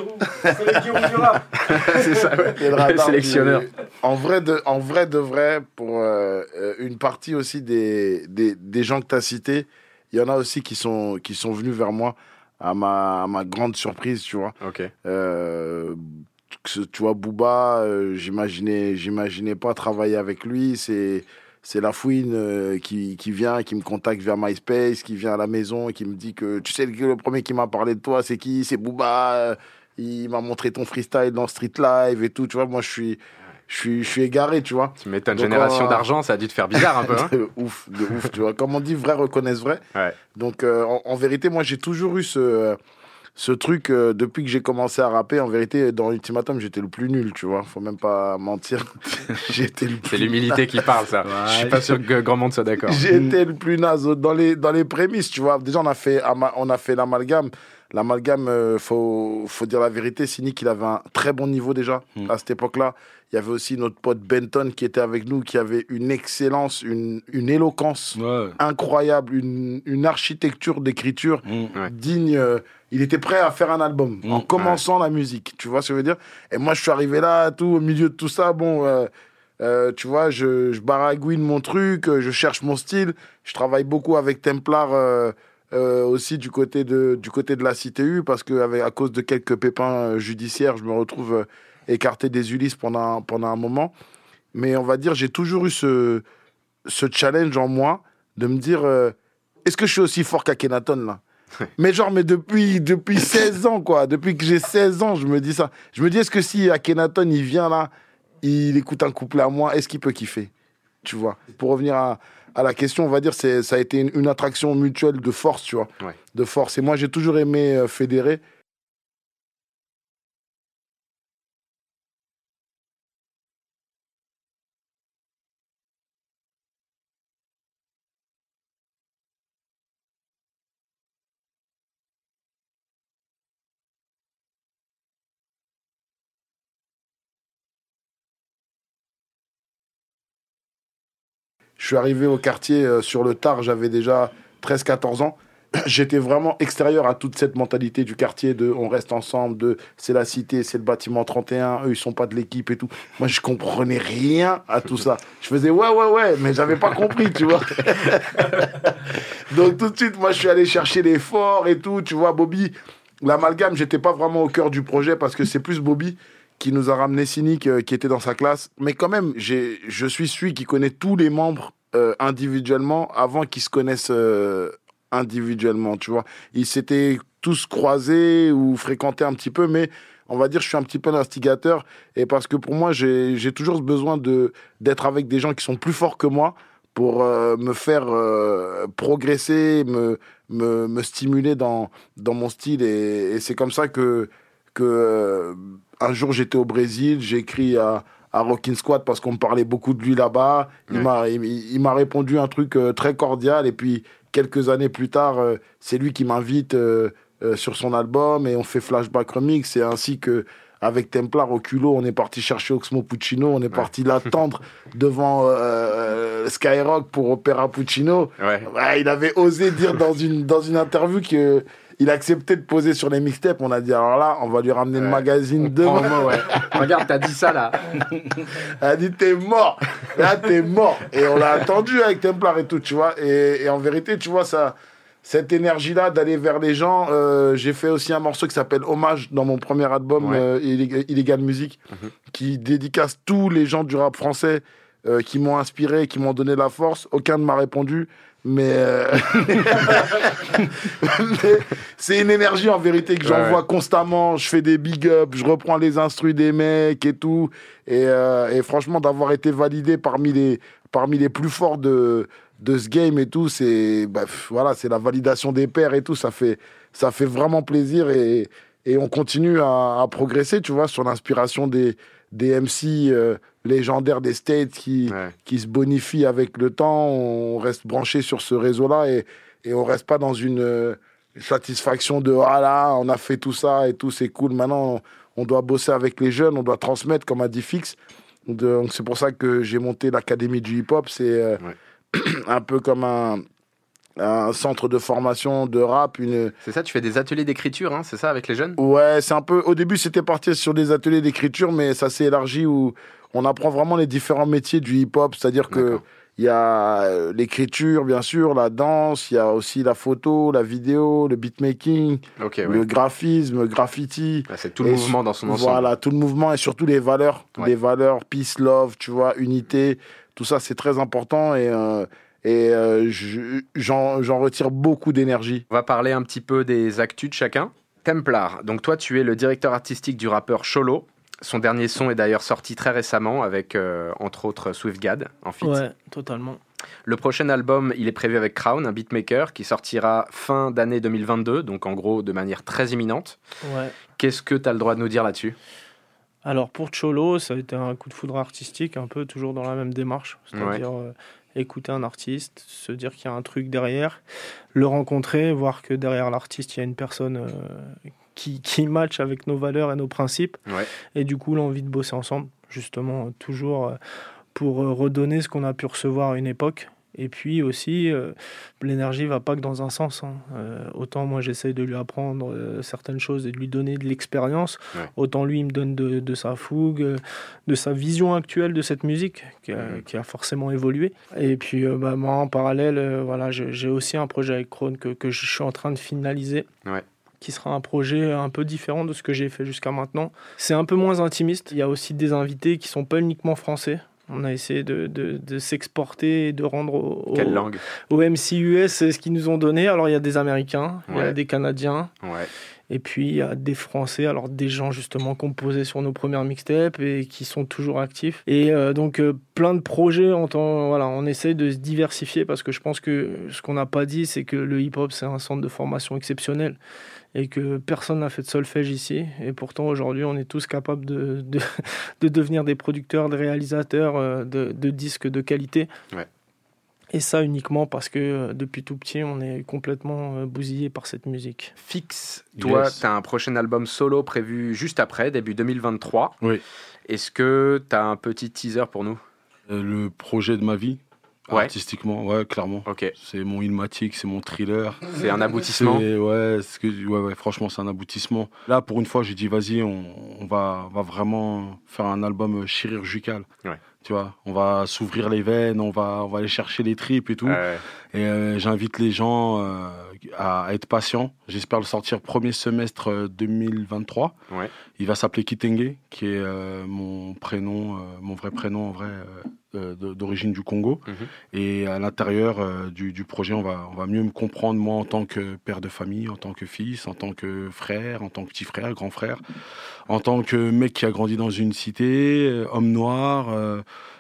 C'est ça, ouais. C'est le Le radar sélectionneur. du- En vrai, de, en vrai de vrai, pour euh, euh, une partie aussi des, des, des gens que tu as cités, il y en a aussi qui sont, qui sont venus vers moi à ma, à ma grande surprise, tu vois. Ok. Euh, que ce- tu vois, Booba, euh, j'imaginais, j'imaginais pas travailler avec lui. C'est, c'est la fouine euh, qui, qui vient, qui me contacte via MySpace, qui vient à la maison et qui me dit que tu sais, le, le premier qui m'a parlé de toi, c'est qui? C'est Booba. euh, Il m'a montré ton freestyle dans Street Live et tout. Tu vois, moi, je suis, je suis, je suis égaré, tu vois. Tu m'étonnes, Donc, génération euh, d'argent, ça a dû te faire bizarre un peu. Hein. de ouf, de ouf, tu vois. Comme on dit, vrai reconnaissent vrai. Ouais. Donc, euh, en, en vérité, moi, j'ai toujours eu ce, euh, ce truc, euh, depuis que j'ai commencé à rapper. En vérité, dans Ultimatum, j'étais le plus nul, tu vois. Faut même pas mentir. J'étais le C'est plus l'humilité qui parle, ça. Ouais. Je suis pas sûr que grand monde soit d'accord. J'étais le plus naze dans les, dans les prémices, tu vois. Déjà, on a fait, ama- on a fait l'amalgame. L'amalgame, euh, faut, faut dire la vérité, Cynic, il avait un très bon niveau déjà Mm. à cette époque-là. Il y avait aussi notre pote Benton qui était avec nous, qui avait une excellence, une, une éloquence Ouais. incroyable, une, une architecture d'écriture Mm. Ouais. digne. euh, il était prêt à faire un album Mm. en commençant la musique, tu vois ce que je veux dire. Et moi, je suis arrivé là, tout au milieu de tout ça, bon... euh, Euh, tu vois, je, je baragouine mon truc, euh, je cherche mon style. Je travaille beaucoup avec Templar euh, euh, aussi du côté de, du côté de la C T U parce que avec, à cause de quelques pépins euh, judiciaires, je me retrouve euh, écarté des Ulysses pendant, un- pendant un moment. Mais on va dire, j'ai toujours eu ce, ce challenge en moi de me dire euh, est-ce que je suis aussi fort qu'Akhenaton là? Mais genre, mais depuis, depuis seize ans, quoi. Depuis que j'ai seize ans, je me dis ça. Je me dis, est-ce que si Akhenaton, il vient là, il écoute un couplet à moi, est-ce qu'il peut kiffer? Tu vois. Pour revenir à, à la question, on va dire, c'est, ça a été une, une attraction mutuelle de force, tu vois. Ouais. De force. Et moi, j'ai toujours aimé euh, fédérer. Je suis arrivé au quartier euh, sur le tard, j'avais déjà treize quatorze ans. J'étais vraiment extérieur à toute cette mentalité du quartier de on reste ensemble, de c'est la cité, c'est le bâtiment trente et un, eux ils sont pas de l'équipe et tout. Moi je comprenais rien à tout ça. Je faisais ouais ouais ouais, mais j'avais pas compris, tu vois. Donc tout de suite moi je suis allé chercher les forts et tout, tu vois. Bobby, l'amalgame, j'étais pas vraiment au cœur du projet parce que c'est plus Bobby qui nous a ramené Cynic euh, qui était dans sa classe. Mais quand même, j'ai, je suis celui qui connaît tous les membres euh, individuellement avant qu'ils se connaissent euh, individuellement, tu vois. Ils s'étaient tous croisés ou fréquentés un petit peu, mais on va dire je suis un petit peu l'instigateur. Et parce que pour moi, j'ai, j'ai toujours besoin de, d'être avec des gens qui sont plus forts que moi pour euh, me faire euh, progresser, me, me, me stimuler dans, dans mon style. Et, et c'est comme ça que, que euh, un jour, j'étais au Brésil, j'ai écrit à, à Rockin' Squad parce qu'on me parlait beaucoup de lui là-bas. Il, ouais. m'a, il, il m'a répondu un truc euh, très cordial. Et puis, quelques années plus tard, euh, c'est lui qui m'invite euh, euh, sur son album et on fait Flashback Remix. C'est ainsi que... Avec Templar au culot, on est parti chercher Oxmo Puccino, on est ouais. parti l'attendre devant euh, Skyrock pour Opéra Puccino. Ouais. Ouais, il avait osé dire dans une, dans une interview qu'il acceptait de poser sur les mixtapes. On a dit, alors là, on va lui ramener ouais. le magazine demain. Mot, ouais. Regarde, t'as dit ça là. Elle a dit, t'es mort. Là, t'es mort. Et on l'a attendu avec Templar et tout, tu vois. Et, et en vérité, tu vois, ça... Cette énergie-là d'aller vers les gens, euh, j'ai fait aussi un morceau qui s'appelle Hommage dans mon premier album, ouais. euh, Illegal Music, mm-hmm. qui dédicace tous les gens du rap français euh, qui m'ont inspiré, qui m'ont donné la force. Aucun ne m'a répondu, mais, euh... mais c'est une énergie en vérité que j'envoie ouais. constamment. Je fais des big ups, je reprends les instrus des mecs et tout. Et, euh, et franchement, d'avoir été validé parmi les, parmi les plus forts de... de ce game et tout, c'est bah, voilà, c'est la validation des pairs et tout, ça fait ça fait vraiment plaisir et, et on continue à, à progresser, tu vois, sur l'inspiration des des M C euh, légendaires des States qui ouais. qui se bonifient avec le temps. On reste branché sur ce réseau-là et et on reste pas dans une euh, satisfaction de ah là, on a fait tout ça et tout, c'est cool. Maintenant, on, on doit bosser avec les jeunes, on doit transmettre, comme a dit Fix. Donc c'est pour ça que j'ai monté l'Académie du hip-hop. C'est euh, ouais. un peu comme un, un centre de formation de rap. Une... C'est ça, tu fais des ateliers d'écriture, hein, c'est ça, avec les jeunes ? Ouais, c'est un peu... Au début, c'était parti sur des ateliers d'écriture, mais ça s'est élargi où on apprend vraiment les différents métiers du hip-hop. C'est-à-dire qu'il y a l'écriture, bien sûr, la danse, il y a aussi la photo, la vidéo, le beatmaking, okay, le ouais. graphisme, le graffiti. Ah, c'est tout le mouvement dans son ensemble. Voilà, tout le mouvement et surtout les valeurs. Ouais. Les valeurs, peace, love, tu vois, unité... Tout ça, c'est très important et, euh, et euh, je, j'en, j'en retire beaucoup d'énergie. On va parler un petit peu des actus de chacun. Templar, donc toi, tu es le directeur artistique du rappeur Cholo. Son dernier son est d'ailleurs sorti très récemment avec, euh, entre autres, Swiftgad en feat. Ouais, totalement. Le prochain album, il est prévu avec Crown, un beatmaker, qui sortira fin d'année deux mille vingt-deux, donc en gros de manière très imminente. Ouais. Qu'est-ce que tu as le droit de nous dire là-dessus ? Alors pour Cholo, ça a été un coup de foudre artistique, un peu toujours dans la même démarche, c'est-à-dire ouais. euh, écouter un artiste, se dire qu'il y a un truc derrière, le rencontrer, voir que derrière l'artiste, il y a une personne euh, qui, qui match avec nos valeurs et nos principes, ouais. et du coup l'envie de bosser ensemble, justement, toujours euh, pour euh, redonner ce qu'on a pu recevoir à une époque. Et puis aussi, euh, l'énergie ne va pas que dans un sens. Hein. Euh, autant moi, j'essaye de lui apprendre euh, certaines choses et de lui donner de l'expérience. Ouais. Autant lui, il me donne de, de sa fougue, euh, de sa vision actuelle de cette musique, qui a, mmh. qui a forcément évolué. Et puis, euh, bah, moi, en parallèle, euh, voilà, j'ai, j'ai aussi un projet avec Krone que, que je suis en train de finaliser. Ouais. Qui sera un projet un peu différent de ce que j'ai fait jusqu'à maintenant. C'est un peu moins intimiste. Il y a aussi des invités qui ne sont pas uniquement français. On a essayé de, de, de s'exporter et de rendre au, Quelle langue au M C U S ce qu'ils nous ont donné. Alors, il y a des Américains, ouais. il y a des Canadiens, ouais. et puis il y a des Français, alors des gens justement composés sur nos premières mixtapes et qui sont toujours actifs. Et euh, donc, euh, plein de projets, on, voilà, on essaye de se diversifier parce que je pense que ce qu'on n'a pas dit, c'est que le hip-hop, c'est un centre de formation exceptionnel. Et que personne n'a fait de solfège ici. Et pourtant, aujourd'hui, on est tous capables de, de, de devenir des producteurs, des réalisateurs de, de disques de qualité. Ouais. Et ça uniquement parce que euh, depuis tout petit, on est complètement euh, bousillé par cette musique. Fix, toi, yes. tu as un prochain album solo prévu juste après, début deux mille vingt-trois. Oui. Est-ce que tu as un petit teaser pour nous ? euh, Le projet de ma vie. Ouais. Artistiquement, ouais, clairement. Okay. C'est mon Ilmatic, c'est mon thriller. C'est un aboutissement. C'est, ouais, c'est que, ouais, ouais, franchement, c'est un aboutissement. Là, pour une fois, j'ai dit, vas-y, on, on, va, on va vraiment faire un album chirurgical. Ouais. Tu vois, on va s'ouvrir les veines, on va, on va aller chercher les tripes et tout. Ouais. Et euh, j'invite les gens euh, à être patients. J'espère le sortir premier semestre deux mille vingt-trois. Ouais. Il va s'appeler Kitenge, qui est euh, mon prénom, euh, mon vrai prénom en vrai. Euh, d'origine du Congo. Mmh. Et à l'intérieur euh, du, du projet, on va, on va mieux me comprendre, moi, en tant que père de famille, en tant que fils, en tant que frère, en tant que petit frère, grand frère, en tant que mec qui a grandi dans une cité, euh, homme noir, euh,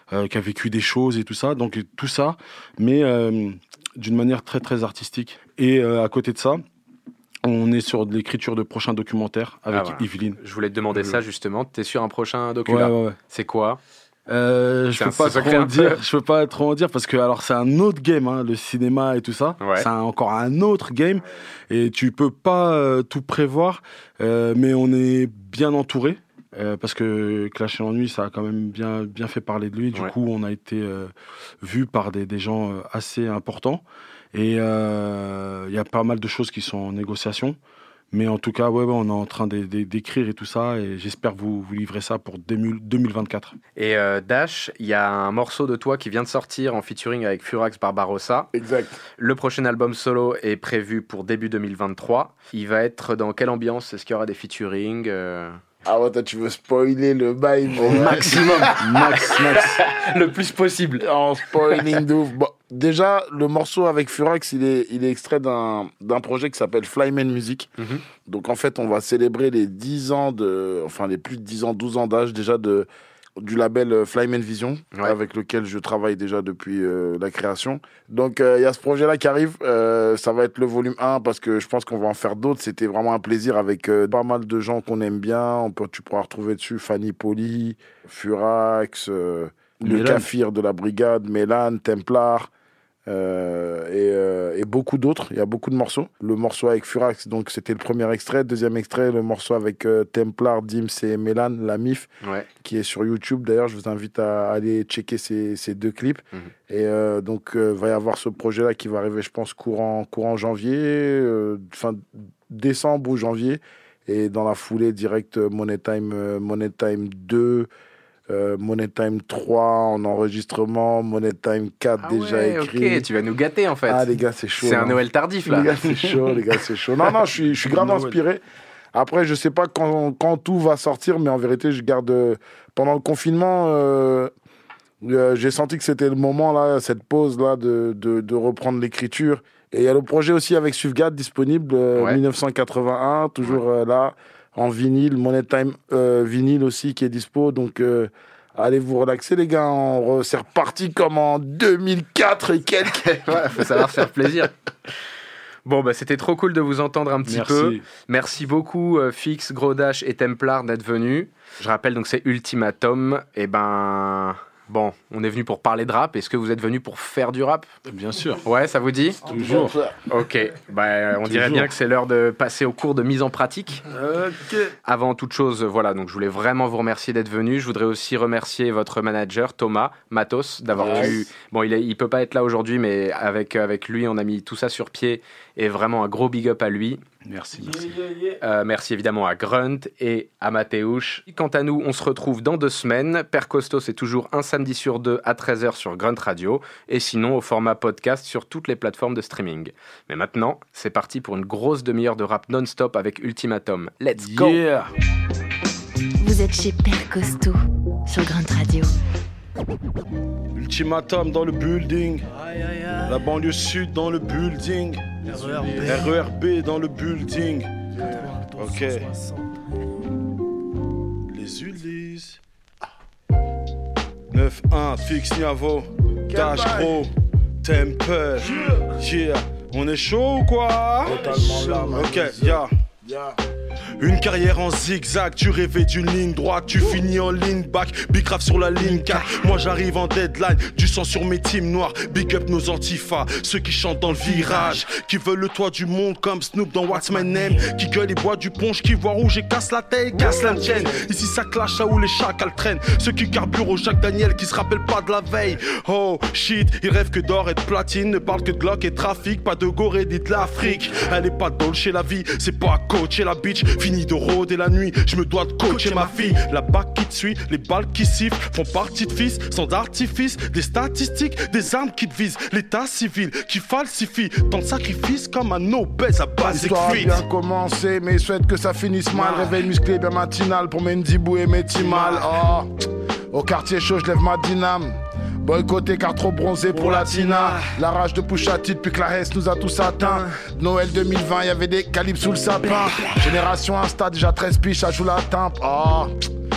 euh, qui a vécu des choses et tout ça. Donc tout ça, mais euh, d'une manière très très artistique. Et euh, à côté de ça, on est sur de l'écriture de prochains documentaires avec Ah, voilà. Yveline. Je voulais te demander Euh, ça justement. T'es sur un prochain Ouais, documentaire ouais, ouais. C'est quoi Euh, je C'est peux un pas secret trop en un peu. dire. Je peux pas trop en dire parce que alors c'est un autre game, hein, le cinéma et tout ça. Ouais. C'est un- encore un autre game et tu peux pas euh, tout prévoir, euh, mais on est bien entouré euh, parce que Clash et l'ennui, ça a quand même bien bien fait parler de lui. Du Ouais. coup, on a été euh, vu par des, des gens euh, assez importants et il euh, y a pas mal de choses qui sont en négociation. Mais en tout cas, ouais, ouais, on est en train de- de- d'écrire et tout ça, et j'espère vous, vous livrer ça pour deux mille vingt-quatre. Et euh, Dash, il y a un morceau de toi qui vient de sortir en featuring avec Furax Barbarossa. Exact. Le prochain album solo est prévu pour début deux mille vingt-trois. Il va être dans quelle ambiance? Est-ce qu'il y aura des featuring euh Ah ouais, toi, tu veux spoiler le bail Au mais- maximum. Max, Max. Le plus possible. En spoiling de ouf. Bon, déjà, le morceau avec Furax, il est, il est extrait d'un, d'un projet qui s'appelle Flyman Music. Mhm. Donc, en fait, on va célébrer les dix ans de... Enfin, les plus de dix ans, douze ans d'âge déjà de, du label euh, Flyman Vision, Ouais. avec lequel je travaille déjà depuis euh, la création. Donc, euh, il y a ce projet-là qui arrive. Euh, ça va être le volume un parce que je pense qu'on va en faire d'autres. C'était vraiment un plaisir avec euh, pas mal de gens qu'on aime bien. On peut, tu pourras retrouver dessus Fanny Poli, Furax... euh, le Mélan. Kafir de la Brigade, Mélan, Templar euh, et, euh, et beaucoup d'autres. Il y a beaucoup de morceaux. Le morceau avec Furax, donc c'était le premier extrait. Deuxième extrait, le morceau avec euh, Templar, Dims et Mélan, la M I F, Ouais. qui est sur YouTube. D'ailleurs, je vous invite à aller checker ces, ces deux clips. Mhm. Et euh, donc, il va y avoir ce projet-là qui va arriver, je pense, courant, courant janvier, euh, fin décembre ou janvier. Et dans la foulée, direct euh, Money Time, euh, Money Time deux, Euh, Money Time trois en enregistrement, Money Time quatre Ah déjà ouais, écrit. ok, tu vas nous gâter en fait. Ah les gars, c'est chaud. C'est un non. Noël tardif là. Les gars, c'est chaud, les gars, c'est chaud. Non, non, je suis, je suis grave Noël. inspiré. Après, je sais pas quand, quand tout va sortir, mais en vérité, je garde... euh, pendant le confinement, euh, euh, j'ai senti que c'était le moment, là, cette pause-là, de, de, de reprendre l'écriture. Et il y a le projet aussi avec Sufgad disponible, euh, Ouais. dix-neuf cent quatre-vingt-un, toujours euh, là, en vinyle. Money Time euh, vinyle aussi qui est dispo. Donc, euh, allez vous relaxer, les gars. On re- C'est reparti comme en deux mille quatre et quelques. Voilà, faut savoir se faire plaisir. Bon, bah, c'était trop cool de vous entendre un petit Merci. peu. Merci beaucoup, euh, Fix, Gros Dash et Templar d'être venus. Je rappelle, donc c'est Ultimatum. Et ben, bon, on est venu pour parler de rap. Est-ce que vous êtes venu pour faire du rap? Bien sûr. Ouais, ça vous dit? Toujours. Ok, bah, on dirait Toujours. bien que c'est l'heure de passer au cours de mise en pratique. Ok. Avant toute chose, voilà, donc je voulais vraiment vous remercier d'être venu. Je voudrais aussi remercier votre manager, Thomas Matos, d'avoir Yes. pu... Bon, il, est, il peut pas être là aujourd'hui, mais avec, avec lui, on a mis tout ça sur pied. Et vraiment un gros big up à lui. Merci, merci. Euh, merci évidemment à Grunt et à Mathéouche. Quant à nous, on se retrouve dans deux semaines. Père Costo, c'est toujours un samedi sur deux à treize heures sur Grunt Radio. Et sinon, au format podcast sur toutes les plateformes de streaming. Mais maintenant, c'est parti pour une grosse demi-heure de rap non-stop avec Ultimatum. Let's go! Yeah. Vous êtes chez Père Costaud sur Grunt Radio. Ultimatum dans le building. La banlieue sud dans le building. R E R B dans le building. Ok. Les Ulysses. neuf un, Fix Niavo. Dash Gros. Temper. Yeah. On est chaud ou quoi? Totalement là, Ok, yeah. Yeah. Une carrière en zigzag, tu rêvais d'une ligne droite, tu finis en ligne back, big rap sur la ligne quatre. Moi j'arrive en deadline, du sang sur mes teams noirs, big up nos antifas, ceux qui chantent dans le virage, qui veulent le toit du monde comme Snoop dans What's My Name, qui gueule et boit du punch, qui voit rouge et casse la tête, casse la tienne. Ici ça clash là où les chacals traînent, ceux qui carburent au Jacques Daniel, qui se rappellent pas de la veille. Oh shit, ils rêvent que d'or et de platine, ne parlent que de Glock et trafic, pas de Gorée ni de l'Afrique. Elle est pas dolce la vie, c'est pas coacher la bitch. Fini de rôder la nuit, je me dois de coacher ma fille. La bac qui te suit, les balles qui sifflent font partie de fils, sans artifice. Des statistiques, des armes qui te visent. L'état civil qui falsifie tant de sacrifices comme un obèse à basic L'histoire a fit. bien commencé, mais je souhaite que ça finisse mal. Réveil musclé bien matinal pour Mendibou et Métimal. Oh, au quartier chaud, je lève ma dyname. Boycotté car trop bronzé pour la Tina. La rage de Pouchati depuis que la Hesse nous a tous atteints. Noël deux mille vingt, y'avait des calibres sous le sapin. Génération Insta, déjà treize piges, ça joue la timpe. Oh,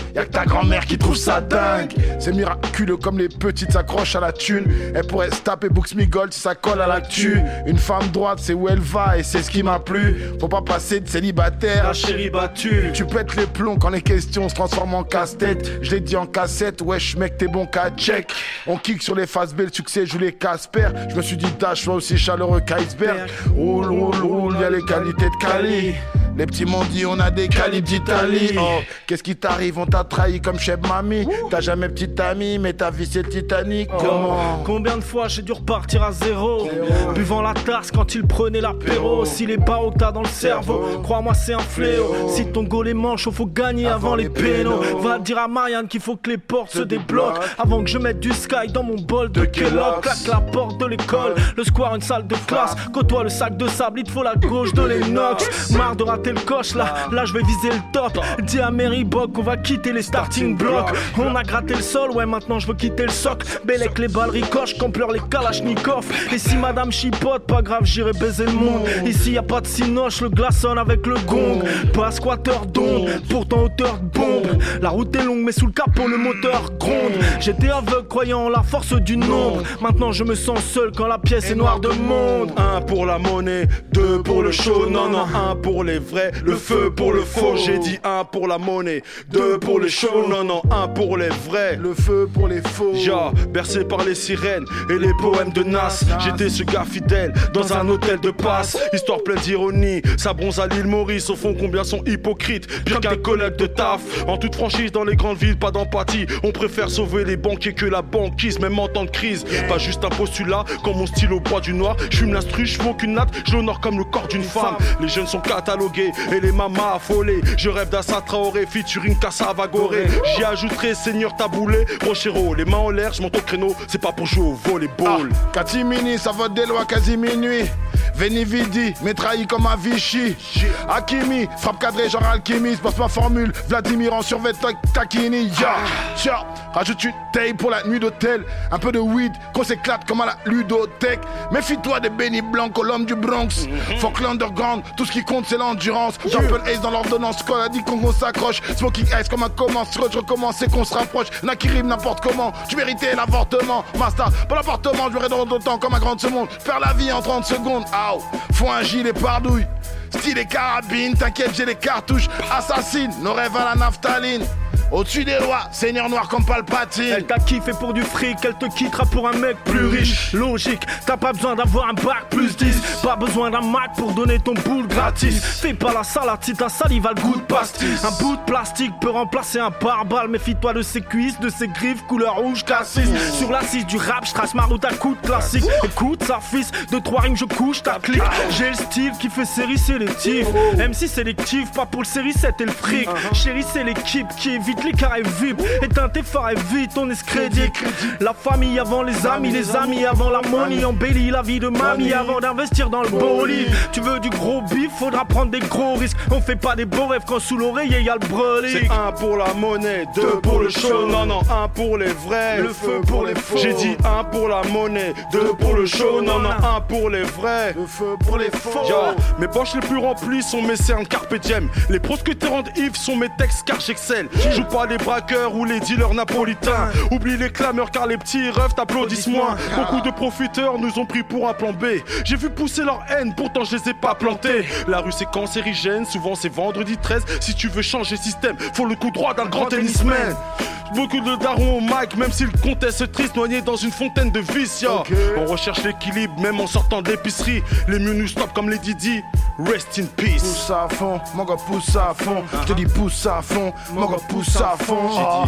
Y'a que ta grand-mère qui trouve ça dingue. C'est miraculeux comme les petites s'accrochent à la thune. Elle pourrait se taper Books Me Gold si ça colle à l'actu. Une femme droite, c'est où elle va et c'est ce qui m'a plu. Faut pas passer de célibataire La chérie battue. Tu pètes les plombs quand les questions se transforment en casse-tête. Je l'ai dit en cassette, wesh mec t'es bon qu'à check. On kick sur les faces B, le succès joue les Casper. Je me suis dit dash, sois aussi chaleureux qu'iceberg. Roule, roule, roule, y'a les qualités de Cali. Les petits m'ont dit on a des calibres d'Italie. Oh, qu'est-ce qui t'arrive, on t'a trahi comme chef mamie. T'as jamais petite amie, mais ta vie c'est Titanic. Comment? Combien de fois j'ai dû repartir à zéro, buvant la tasse quand il prenait l'apéro. Si les barreaux que t'as dans le cerveau, crois-moi c'est un fléau. Si ton goal est manche, faut gagner avant les pénaux. Va dire à Marianne qu'il faut que les portes se débloquent avant que je mette du sky dans mon bol de Kellogg. Claque la porte de l'école, le square une salle de classe. Côtoie le sac de sable, il te faut la gauche de l'Enox. Marre de rater le coche là, là je vais viser le top. Dis à Mary Bock qu'on va quitter les starting blocks. On a gratté le sol, ouais maintenant je veux quitter le socle. Bellec les balles ricochent, quand pleurent les kalachnikovs. Et si madame chipote, pas grave j'irai baiser le monde. Ici y a pas de cinoche, le glaçonne avec le gong. Pas squatter d'onde, pourtant hauteur de bombe. La route est longue mais sous le capot le moteur gronde. J'étais aveugle croyant en la force du nombre. Maintenant je me sens seul quand la pièce est noire de monde. Un pour la monnaie, deux pour le show. Non non, un pour les vrais, le feu pour le faux. J'ai dit un pour la monnaie, deux pour le show. Non non, un pour les vrais, le feu pour les faux. Ja, bercé par les sirènes et les poèmes de Nas. J'étais ce gars fidèle dans un hôtel de passe. Histoire pleine d'ironie, ça bronze à l'île Maurice. Au fond combien sont hypocrites, pire qu'un collègue de taf. En toute franchise dans les grandes villes, pas d'empathie. On préfère sauver les banquiers que la banquise, même en temps de crise. Pas juste un postulat, quand mon style au bois du noir. J'fume l'instru, j'fume aucune natte, je l'honore comme le corps d'une femme. Les jeunes sont catalogués et les mamas affolées. Je rêve d'Assa Traoré, featuring Cassava Goré. J'y ajouterai Seigneur Taboulé, Rochero. Les mains en l'air, je monte au créneau, c'est pas pour jouer au volleyball. Ah, Katimini, ça vote des lois quasi minuit. Veni Vidi, mais trahi comme un Vichy. Hakimi, frappe cadré genre alchimiste. Passe ma formule, Vladimir en survêt taquini. Ya, ya, rajoute une taille pour la nuit d'hôtel. Un peu de weed, qu'on s'éclate comme à la ludothèque. Méfie-toi des Benny Blanco, l'homme du Bronx. Fuck l'underground, tout ce qui compte c'est l'endurance. J'appelle Ace dans l'ordonnance, qu'on a dit qu'on s'accroche. Smoking Ice comme un commence, je recommence et qu'on se rapproche. N'a qui rime n'importe comment, tu méritais l'avortement. Masta, pour l'appartement, je verrai dans d'autant comme un grand seconde. Faire la vie en trente secondes. Aouh, faut un gilet pardouille. Style et carabine, t'inquiète j'ai les cartouches. Assassine, nos rêves à la naphtaline. Au-dessus des lois, seigneur noir comme Palpatine. Elle t'a kiffé pour du fric, elle te quittera pour un mec plus riche. Logique, t'as pas besoin d'avoir un bac plus dix. Pas besoin d'un Mac pour donner ton boule gratis. Fais pas la salade si ta salive a le goût de pastis. Un bout de plastique peut remplacer un pare-balles. Méfie-toi de ses cuisses, de ses griffes, couleur rouge cassis. Sur l'assise du rap, j'trace ma route à coups de classique. Écoute ça fils, de trois rimes je couche ta clique. J'ai le style qui fait série sélective. M C sélectif, pas pour le série sept et le fric. Chérie c'est l'équipe qui évite les carrés V I P. Éteins tes phares et vite on est crédit. La famille avant les amis, les amis avant la money. Embellit la vie de mamie avant d'investir dans le bolide. Tu veux du gros bif, faudra prendre des gros risques. On fait pas des beaux rêves quand sous l'oreiller y'a le brolic. C'est un pour la monnaie, deux pour le show. Non non, un pour les vrais, le feu pour les faux. J'ai dit un pour la monnaie, deux pour le show. Non non, un pour les vrais, le feu pour les faux. Yo, mes poches les plus remplies sont mes cernes carpe diem. Les pros que te rendent Yves sont mes textes car j'excelle. Joue pas les braqueurs ou les dealers napolitains. Oublie les clameurs car les petits refs t'applaudissent moins. Beaucoup de profiteurs nous ont pris pour un plan B. J'ai vu pousser leur haine, pourtant je les ai pas plantés. La rue c'est cancérigène, souvent c'est vendredi treize. Si tu veux changer système, faut le coup droit d'un grand tennisman. Beaucoup de darons au mic, même si le comtesse est triste, noyé dans une fontaine de vices, yo. Okay. On recherche l'équilibre, même en sortant de l'épicerie. Les mieux nous stoppent comme les Didi. Rest in peace. Pousse à fond, mon gars pousse à fond. Je te dis pousse à fond, mon gars pousse à fond. Oh.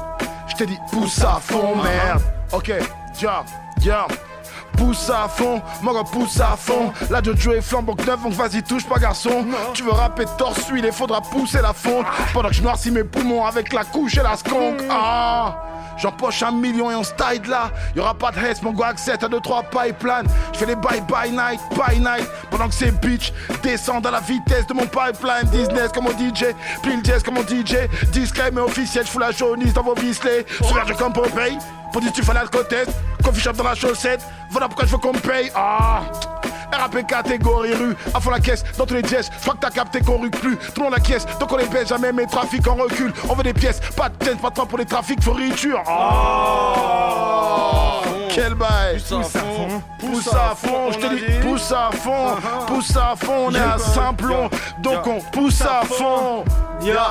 Je te dis pousse à fond, merde. Ok, ja, ja. Pousse à fond, mon gars pousse à fond. La Jojo est flambeau neuf, donc vas-y touche pas garçon. Tu veux rapper torse huile, il faudra pousser la fonte. Pendant que je noircis mes poumons avec la couche et la skunk. Ah, j'empoche un million et on style là. Y'aura pas de hess, mon gars accepte à deux trois pipelines. J'fais les bye bye night, bye night. Pendant que ces bitches descendent à la vitesse de mon pipeline. Disney comme mon D J, plie le jazz comme mon D J. Discret mais officiel, j'fous la jaunisse dans vos vicelets. Sauverge comme Popeye, pour dire tu fais l'alcotest. Coffee shop dans la chaussette, voilà pourquoi je veux qu'on me paye. Ah, R A P catégorie rue, à fond la caisse, dans tous les jazz. Je crois que t'as capté qu'on rue plus. Tout le monde la caisse, donc on les baisse jamais, mes trafics en recul. On veut des pièces, pas de tête, pas de temps pour les trafics, fourriture. Oh, quel bail. Pousse à fond, pousse à fond, je te dis, pousse à fond, pousse à fond, on est à Saint-Plon, donc on pousse à fond. Yeah.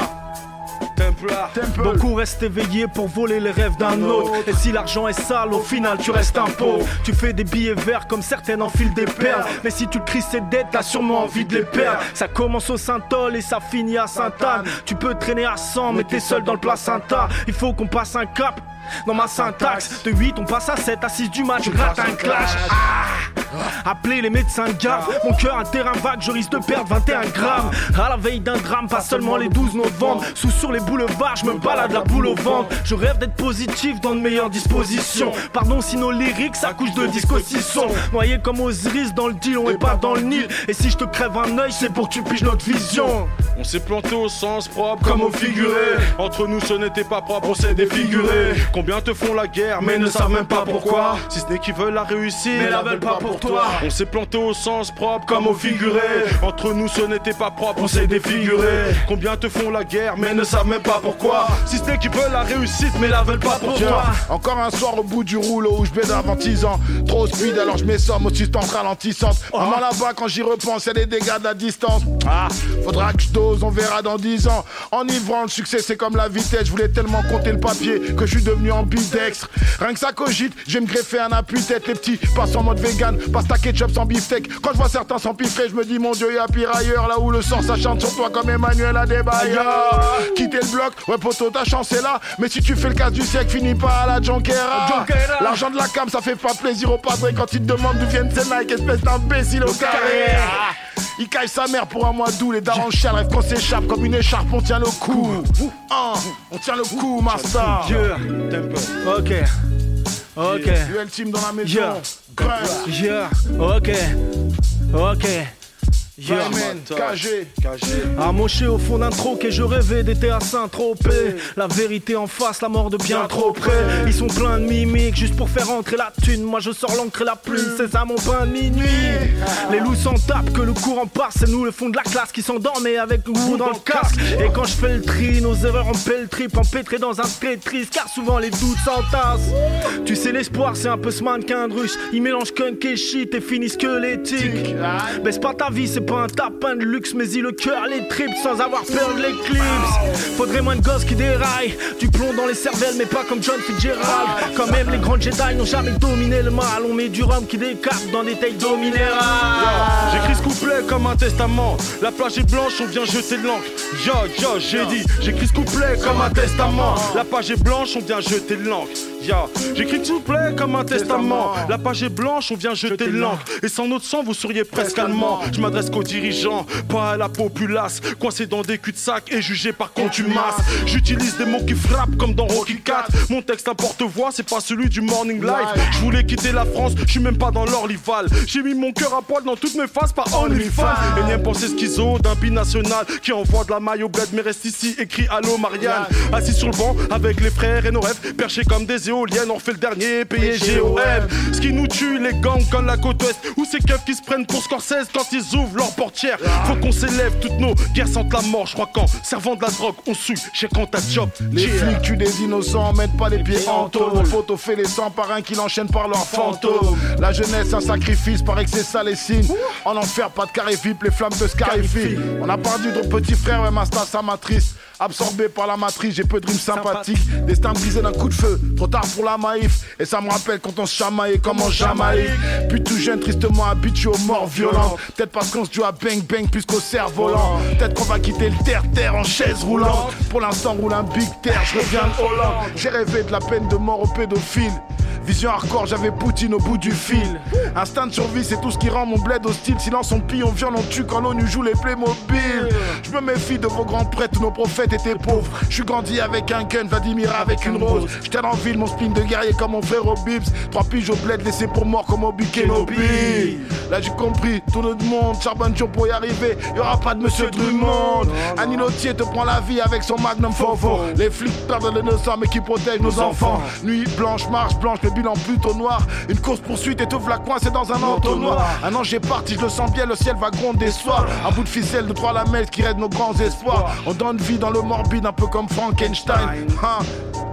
Beaucoup restent éveillés pour voler les rêves d'un autre. Et si l'argent est sale, au final tu restes un pauvre. Tu fais des billets verts comme certaines enfilent des perles. Mais si tu cries ces dettes, t'as sûrement envie de les perdre. Ça commence au Saint-Ol et ça finit à Sainte-Anne. Tu peux traîner à cent mais t'es seul dans le placenta. Il faut qu'on passe un cap. Dans ma syntaxe, de huit on passe à sept, à six du match, je gratte un clash. Ah, appelez les médecins de garde. Mon cœur un terrain vague, je risque de perdre vingt et un grammes. À la veille d'un drame, pas seulement les douze novembre. Sous sur les boulevards, je me balade la boule au ventre. Je rêve d'être positif dans de meilleures dispositions. Pardon si nos lyriques s'accouchent de disques aussi sont. Noyé comme Osiris dans le deal, on est pas dans le Nil. Et si je te crève un œil, c'est pour que tu piges notre vision. On s'est planté au sens propre comme au figuré. Entre nous ce n'était pas propre, on s'est défiguré. Combien te font la guerre mais ne savent même pas pourquoi. Si ce n'est qu'ils veulent la réussir mais la veulent pas pour toi. On s'est planté au sens propre comme au figuré. Entre nous ce n'était pas propre, on s'est défiguré. Combien te font la guerre mais ne savent même pas pourquoi. Si ce n'est qu'ils veulent la réussite mais la veulent pas pour toi. Encore un soir au bout du rouleau où je baise avant dix ans. Trop speed alors je m'essomme aux substances ralentissantes. Maman là-bas quand j'y repense y'a des dégâts de la distance. Ah, faudra que je dose, on verra dans dix ans. Enivrant, le succès c'est comme la vitesse. Je voulais tellement compter le papier que je suis devenu ambidextre. Rien que ça cogite, je vais me greffer un appui-tête. Les petits passent en mode vegan, pasta ketchup sans beefsteak. Quand je vois certains s'empiffrer, je me dis mon Dieu y'a pire ailleurs. Là où le sang s'achante sur toi comme Emmanuel Adebayor. Quitter le bloc, ouais poto ta chance est là. Mais si tu fais le casse du siècle, finis pas à la Jonquera. L'argent de la cam ça fait pas plaisir au padre quand il te demande d'où viennent ces Nike. Espèce d'imbécile au carré. Il caille sa mère pour un mois d'août. Les darons chiens rêvent qu'on s'échappe comme une écharpe. On tient le coup. Oh, on tient le coup, master. Yeah. Ok. Ok. U L Team dans la maison. Yeah. Yeah. Ok. Ok. Yeah, man, K G. Amoché au fond d'un troc et je rêvais d'été à Saint-Tropez. La vérité en face, la mort de bien trop près. Ils sont pleins de mimiques juste pour faire entrer la thune. Moi je sors l'encre et la plume, c'est ça mon pain de minuit. Les loups s'en tapent, que le courant passe. C'est nous le fond de la classe qui s'endorment avec le goût dans le casque. Et quand je fais le tri, nos erreurs en paie le trip. Empêtrés dans un Tetris, car souvent les doutes s'entassent. Tu sais l'espoir c'est un peu ce mannequin de russe. Ils mélangent kunk et shit et finissent squelettique. Baisse pas ta vie, c'est pas un tapin de luxe, mais il le cœur les tripes sans avoir peur de l'éclipse. Faudrait moins de gosses qui déraillent, du plomb dans les cervelles, mais pas comme John Fitzgerald. Quand même les grands Jedi n'ont jamais dominé le mal. On met du rhum qui décape dans des tailles d'eau minérale. J'écris ce couplet comme un testament. La plage est blanche, on vient jeter de l'encre. Yo yo, j'ai dit, j'écris ce couplet comme un testament. La page est blanche, on vient jeter de l'encre. Yo, j'écris ce couplet comme un testament. La page est blanche, on vient jeter de l'encre. Et sans notre sang, vous seriez presque allemand. Je m'adresse qu'aux dirigeants, pas à la populace. Coincé dans des cul-de-sac et jugé par contumace. J'utilise des mots qui frappent comme dans Rocky quatre. Mon texte un porte-voix, c'est pas celui du Morning Live. Je voulais quitter la France, je suis même pas dans l'Orlival. J'ai mis mon cœur à poil dans toutes mes faces par OnlyFans. Énième pensée schizo d'un binational qui envoie de la maille au bled mais reste ici écrit Allô Marianne. Assis sur le banc avec les frères et nos rêves, perchés comme des éoliennes, on fait le dernier payé G O M. Ce qui nous tue, les gangs comme la côte ouest, ou ces keufs qui se prennent pour Scorsese quand ils ouvrent leur portière. Faut qu'on s'élève, toutes nos guerres sentent la mort. Je crois qu'en servant de la drogue, on suit, j'ai quand ta job. Les flics tuent des innocents, mettent pas les pieds en tôle. Mon poteau fait les cent par un qui l'enchaîne par leur fantôme. La jeunesse, un sacrifice, paraît que c'est ça les signes. En enfer, pas de carré V I P, les flammes te scarifient. On a perdu ton petit frère, ouais, Masta, ça m'attriste. Absorbé par la matrice, j'ai peu de rimes sympathiques. Destin brisé d'un coup de feu, trop tard pour la maïf. Et ça me rappelle quand on se chamaillait comme en Jamaïque. Puis tout jeune, tristement habitué aux morts violentes. Peut-être parce qu'on se joue à bang bang plus qu'au cerf-volant. Peut-être qu'on va quitter le terre-terre en chaise roulante. Pour l'instant, roule un big terre, je reviens de Hollande. J'ai rêvé de la peine de mort aux pédophiles. Vision hardcore, j'avais Poutine au bout du fil. Instinct de survie, c'est tout ce qui rend mon bled hostile. Silence, on pille, on viole, on tue quand l'ONU joue les Playmobil. Je me méfie de vos grands prêtres, nos prophètes étaient pauvres. Je suis grandi avec un gun, Vladimir avec une rose. J'étais en ville, mon spleen de guerrier comme mon frère au Bibs. Trois piges au bled, laissé pour mort comme Obi Kenobi. là j'ai compris, tout notre monde charbonne dur pour y arriver. Y'aura pas de monsieur Drummond. Un îlotier te prend la vie avec son magnum fofo. Les flics perdent le innocent mais qui protègent nos enfants. Nuit blanche, marche blanche, le bilan plutôt noir. Une course poursuite étouffe la coincée dans un entonnoir. Un ange est parti, je le sens bien, le ciel va gronder soir. Un bout de ficelle de trois lamelles qui raident nos grands espoirs. On donne vie dans le morbide, un peu comme Frankenstein. Hein.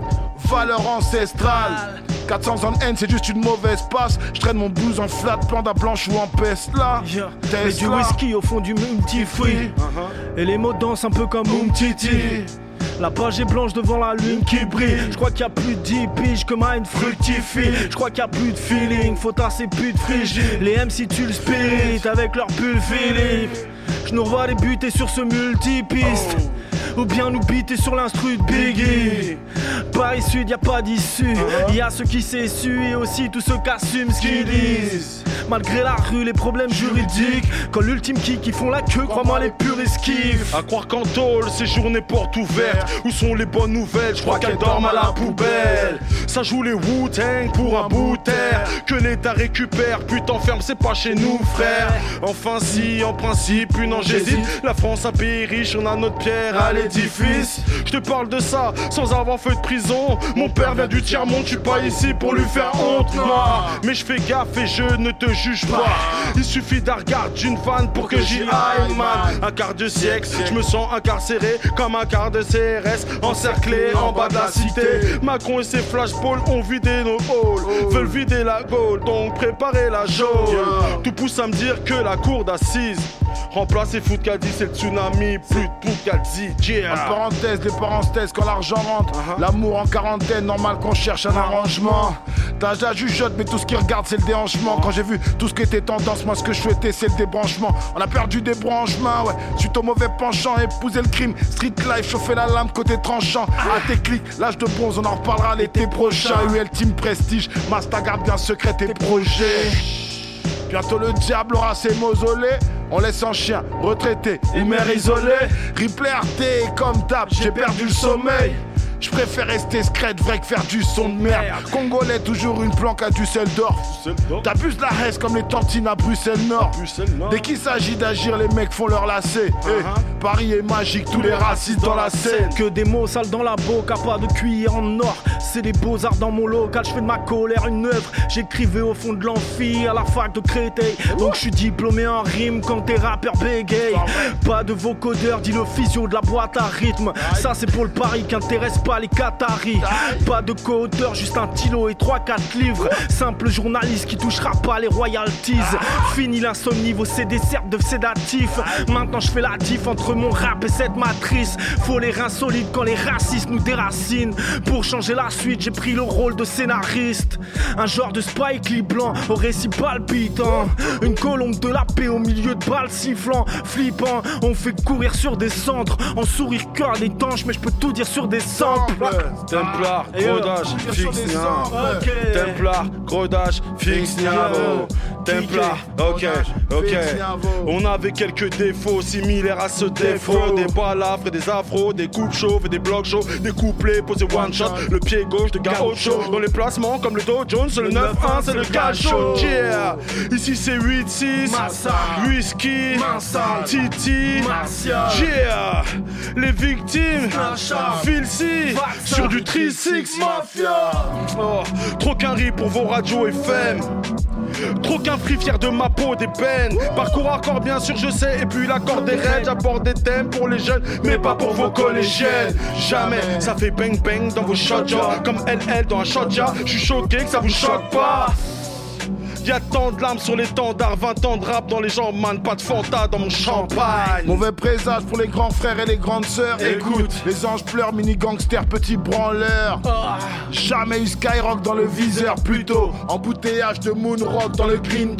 Valeur ancestrale. quatre cents ans de haine, c'est juste une mauvaise passe. Je traîne mon blues en flat, planda blanche ou en Tesla. Yeah. Et du whisky au fond du multi-free. Uh-huh. Et les mots dansent un peu comme Umtiti. La page est blanche devant la lune qui brille. Je crois qu'il y a plus de dix piges que mine fructifie. Je crois qu'il y a plus de feeling, faut tasser plus de frigide. Les M C tu le spirit avec leur pull Philippe. Je nous revois les buter sur ce multipiste. Ou bien nous biter sur l'instru de Biggie. Paris Sud, y'a pas d'issue. Y'a ceux qui s'essuient et aussi tous ceux qui assument ce qu'ils disent. Malgré la rue, les problèmes juridiques. Quand l'ultime kick, ils font la queue, crois-moi les puristes kiffent. À croire qu'en tôle, ces journées portes ouvertes. Où sont les bonnes nouvelles? Je crois qu'elles dorment à la poubelle. Ça joue les Wu-Tang pour un bout de terre. Que l'État récupère, puis t'enferme, c'est pas chez nous frère. Enfin si, en principe, puis non j'hésite. La France un pays riche, on a notre pierre à l'édifice. Je te parle de ça sans avoir fait de prison. Mon père vient du tiers-monde, je suis pas ici pour lui faire honte moi. Mais je fais gaffe et je ne te juge pas. Il suffit d'un regard d'une fan pour que j'y aille man. Un quart de siècle, je me sens incarcéré comme un quart de C R S. Encerclé en bas de la cité. Macron et ses flashballs ont vidé nos halls. Veulent vider la Gaule, donc préparez la jaune. Tout pousse à me dire que la cour d'assises remplacer Foudkadi, c'est le tsunami, plus de Foudkadi, yeah. En parenthèse, les parents se taisent quand l'argent rentre. uh-huh. L'amour en quarantaine, normal qu'on cherche un arrangement. T'as la jugeote, mais tout ce qui regarde, c'est le déhanchement. Quand j'ai vu tout ce qui était tendance, moi ce que je souhaitais, c'est le débranchement. On a perdu des branchements, ouais. Suite au mauvais penchant, épouser le crime. Street life, chauffer la lame, côté tranchant. À tes clics, l'âge de bronze, on en reparlera l'été prochain. U L Team Prestige, Masta garde bien secret tes projets. Bientôt le diable aura ses mausolées. On laisse en chien, retraité ou mère isolée. Replay R T comme d'hab, j'ai perdu le sommeil. Je préfère rester scred vrai que faire du son de merde. Congolais, toujours une planque à Düsseldorf. T'abuses la haisse comme les tantines à Bruxelles-Nord. Dès qu'il s'agit d'agir, les mecs font leur lacet. uh-huh. hey, Paris est magique, tous les racistes dans la scène. Que des mots sales dans la boca, pas de cuir en or. C'est les beaux-arts dans mon local, je fais de ma colère une œuvre. J'écrivais au fond de l'amphi à la fac de Créteil. Donc je suis diplômé en rime quand t'es rappeur bégaye. Pas de vocodeur, dit le physio de la boîte à rythme. Ça c'est pour le pari qui intéresse pas les Qataris. Pas de co-auteur, juste un stylo et trois quatre livres. Simple journaliste qui touchera pas les royalties. Fini l'insomnie, vos C D servent de sédatifs. Maintenant je fais la diff entre mon rap et cette matrice. Faut les reins solides quand les racistes nous déracinent. Pour changer la suite, j'ai pris le rôle de scénariste. Un genre de Spike Lee blanc au récit palpitant. Une colombe de la paix au milieu de balles sifflant. Flippant, on fait courir sur des centres. En sourire cœur étanche, mais je peux tout dire sur des samples. Templar, grodage, fixe niavo. Templar, grodage, fixe niavo. Templar, ok, ok. On avait quelques défauts similaires à ce défaut. Des balafres et des afros, des coupes chauves et des blocs chauds. Des couplets posés one shot, le pied gauche de Gaucho. Dans les placements comme le Dow Jones, le neuf un c'est le Gacho. Yeah. Ici c'est huit six, Whisky, Titi, yeah. Les victimes, Filcy, sur du trois six Mafia. Oh, trop qu'un riz pour vos radios F M. Trop qu'un free fier de ma peau des peines. Parcours hardcore bien sûr je sais. Et puis l'accord des raids. J'apporte des thèmes pour les jeunes mais pas pour vos collégiennes. Jamais ça fait bang bang dans vos shots. Comme L L dans un shot. Je suis choqué que ça vous choque pas. Y'a tant de larmes sur les tendards, vingt ans de rap dans les jambes, man, pas de fanta dans mon champagne. Mauvais présage pour les grands frères et les grandes sœurs. Écoute, les anges pleurent, mini gangsters, petits branleurs. Oh. Jamais eu Skyrock dans le viseur, plutôt embouteillage de Moonrock dans le grinder.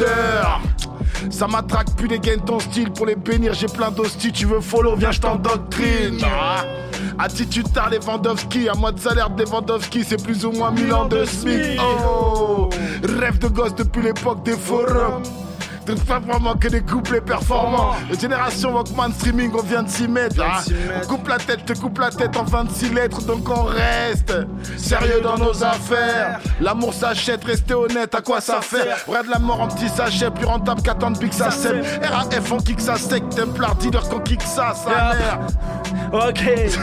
Ça m'attraque plus les gains ton style. Pour les bénir j'ai plein d'hosties. Tu veux follow, viens je t'endoctrine. ah. Attitude tard Lewandowski. À moi de salaire de Lewandowski. C'est plus ou moins mille ans de SMIC. Oh. Rêve de gosse depuis l'époque des forums. Donc pas vraiment que des couplets performants. La génération Walkman streaming, on vient de s'y mettre. Hein. On coupe la tête, te coupe la tête en vingt-six lettres, donc on reste sérieux dans nos affaires. L'amour s'achète, rester honnête, à quoi ça fait? Vrai de la mort en petit sachet, plus rentable qu'attendre Big ça sème. R A F on kick ça sec, Templar dealer qu'on kick ça, sa mère. Ok.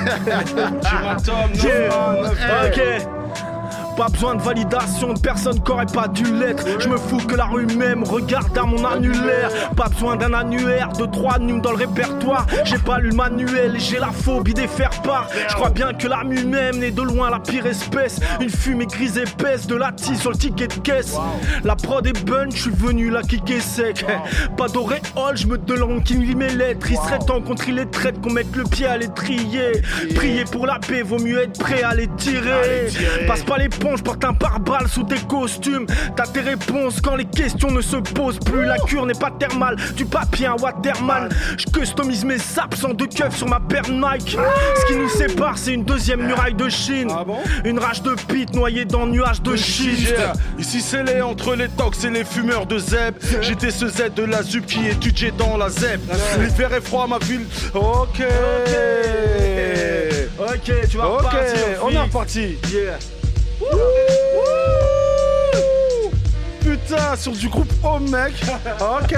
Ok. Pas besoin de validation de personne qu'aurait pas dû l'être. Je me fous que la rue même regarde à mon annulaire. Pas besoin d'un annuaire, de trois numes dans le répertoire. J'ai pas lu le manuel et j'ai la phobie des faire-part. Je crois bien que la mue même n'est de loin la pire espèce. Une fumée grise épaisse de la tisse sur le ticket de caisse. La prod est bonne, je suis venu la kicker sec. Pas d'auréole, je me demande qui me lit mes lettres. Il serait temps contre les traites, qu'on mette le pied à l'étrier. Prier pour la paix, vaut mieux être prêt à les tirer. Passe pas les je porte un pare-balles sous tes costumes. T'as tes réponses quand les questions ne se posent plus. La cure n'est pas thermale, du papier un Waterman. Je customise mes saps en deux keufs sur ma paire Nike. Ce qui nous sépare, c'est une deuxième muraille de Chine. Une rage de pite noyée dans nuages de schiste. Ici c'est les entre les tox et les fumeurs de zeb. J'étais ce Z de la Z U P qui étudiait dans la Z E P. L'hiver est froid, ma ville. Ok. Ok, tu vas Ok, repartir. on est reparti. Yeah. Putain, sur du groupe Home mec. Ok.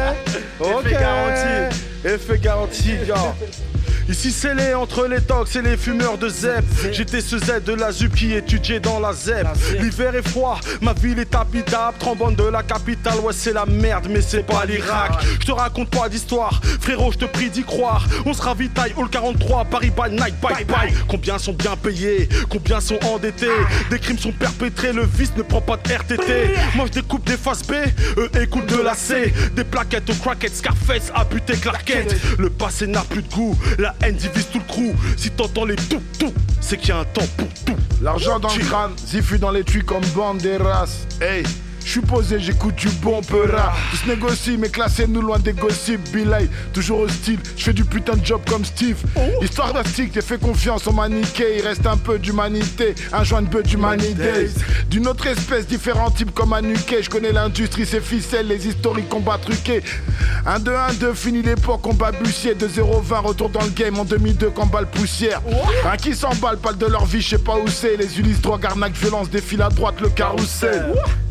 Ok. Effet garanti. Effet garanti, gars. Ici c'est les entre les tox et les fumeurs de Z E P. J'étais ce Z de la Z U P qui étudiait dans la Z E P. L'hiver est froid, ma ville est habitable. Trombone de la capitale, ouais c'est la merde mais c'est pas l'Irak. Je te raconte pas d'histoire, frérot je te prie d'y croire. On se ravitaille, Hall quarante-trois, Paris by night, bye bye. Combien sont bien payés, combien sont endettés. Des crimes sont perpétrés, le vice ne prend pas de R T T. Moi je découpe des faces B, eux écoutent de la C. Des plaquettes au crackhead, Scarface a buté Clarkette. Le passé n'a plus de goût, la haine divise tout le crew. Si t'entends les tout tout, c'est qu'il y a un temps pour tout. L'argent dans le crâne, Zifu dans les tuyaux comme Banderas. Hey, je suis posé, j'écoute du bon peu rap. Tout se négocie, mais classé nous loin des gossips. Bilay, toujours hostile, je fais du putain de job comme Steve. Histoire d'astique, j'ai fait confiance au maniqué. Il reste un peu d'humanité, un joint de bœuf d'humanité. D'une autre espèce, différents types comme Anuké. Je connais l'industrie, ses ficelles, les historiques combats truqués. un deux un deux, fini l'époque, combat bussier. deux zéro vingt, retour dans le game en deux mille deux, combat le poussière. Un qui s'emballe, parle de leur vie, je sais pas où c'est. Les Ulysses, drogue, arnaque, violence, défile à droite, le carrousel.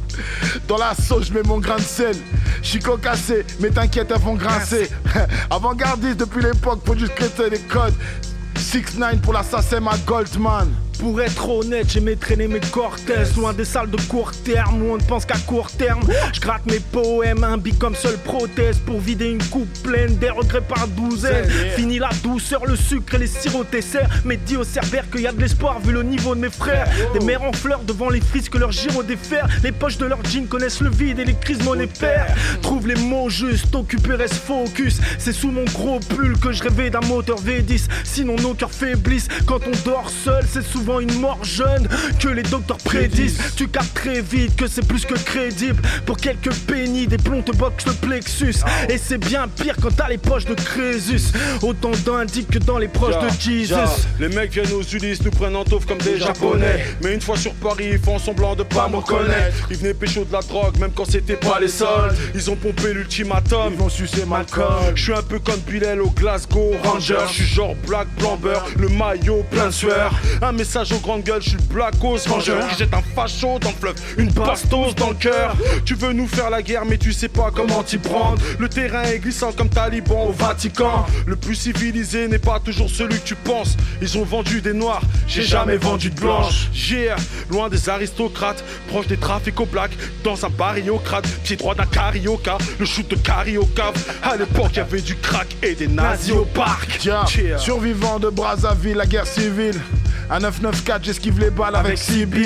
Dans la sauce, je mets mon grain de sel. Chico cassé, mais t'inquiète, elles vont grincer. Avant-gardiste depuis l'époque, faut juste créer des codes. six neuf pour l'assassin à Goldman. Pour être honnête, j'aimais traîner mes cortèges loin des salles de court terme où on ne pense qu'à court terme. Je gratte mes poèmes, un bic comme seule prothèse pour vider une coupe pleine des regrets par douzaine. Fini la douceur, le sucre et les sirops tesserent. Mais dis au cerbère qu'il y a de l'espoir vu le niveau de mes frères. Des mères en fleurs devant les frisques que leur gyro défaire. Les poches de leurs jeans connaissent le vide et les crises monétaires. Trouve les mots justes, occupé reste focus. C'est sous mon gros pull que je rêvais d'un moteur V dix. Sinon nos cœurs faiblissent quand on dort seul. C'est souvent une mort jeune que les docteurs prédisent. Tu captes très vite que c'est plus que crédible. Pour quelques pénis, des plombs te boxent le plexus. Et c'est bien pire quand t'as les poches de Crésus. Autant d'indiques que dans les proches ja, de Jesus ja. Les mecs viennent aux Ulysses, nous prennent en taufe comme des japonais. japonais Mais une fois sur Paris, ils font semblant de pas me connaître. Ils venaient pécho de la drogue même quand c'était pas les soldes. Ils ont pompé l'ultimatum, ils vont sucer ma colle. Je suis un peu comme Bilal au Glasgow Rangers. Je suis genre Black Blamber, le maillot plein de sueur. Un message aux grandes gueules, je suis le Black Ops Vengeur qui jette un facho dans le fleuve, une bastos dans le cœur. Tu veux nous faire la guerre mais tu sais pas comment t'y prendre. Le terrain est glissant comme Taliban au Vatican. Le plus civilisé n'est pas toujours celui que tu penses. Ils ont vendu des noirs, j'ai jamais vendu de blanches. Yeah, loin des aristocrates, proche des trafics black, dans un bariocrate, pied droit d'un carioca, le shoot de carioca. À l'époque y'avait du crack et des nazis au parc. Tiens, yeah. Survivant de Brazzaville, la guerre civile. Un neuf neuf quatre, j'esquive les balles avec, avec C B.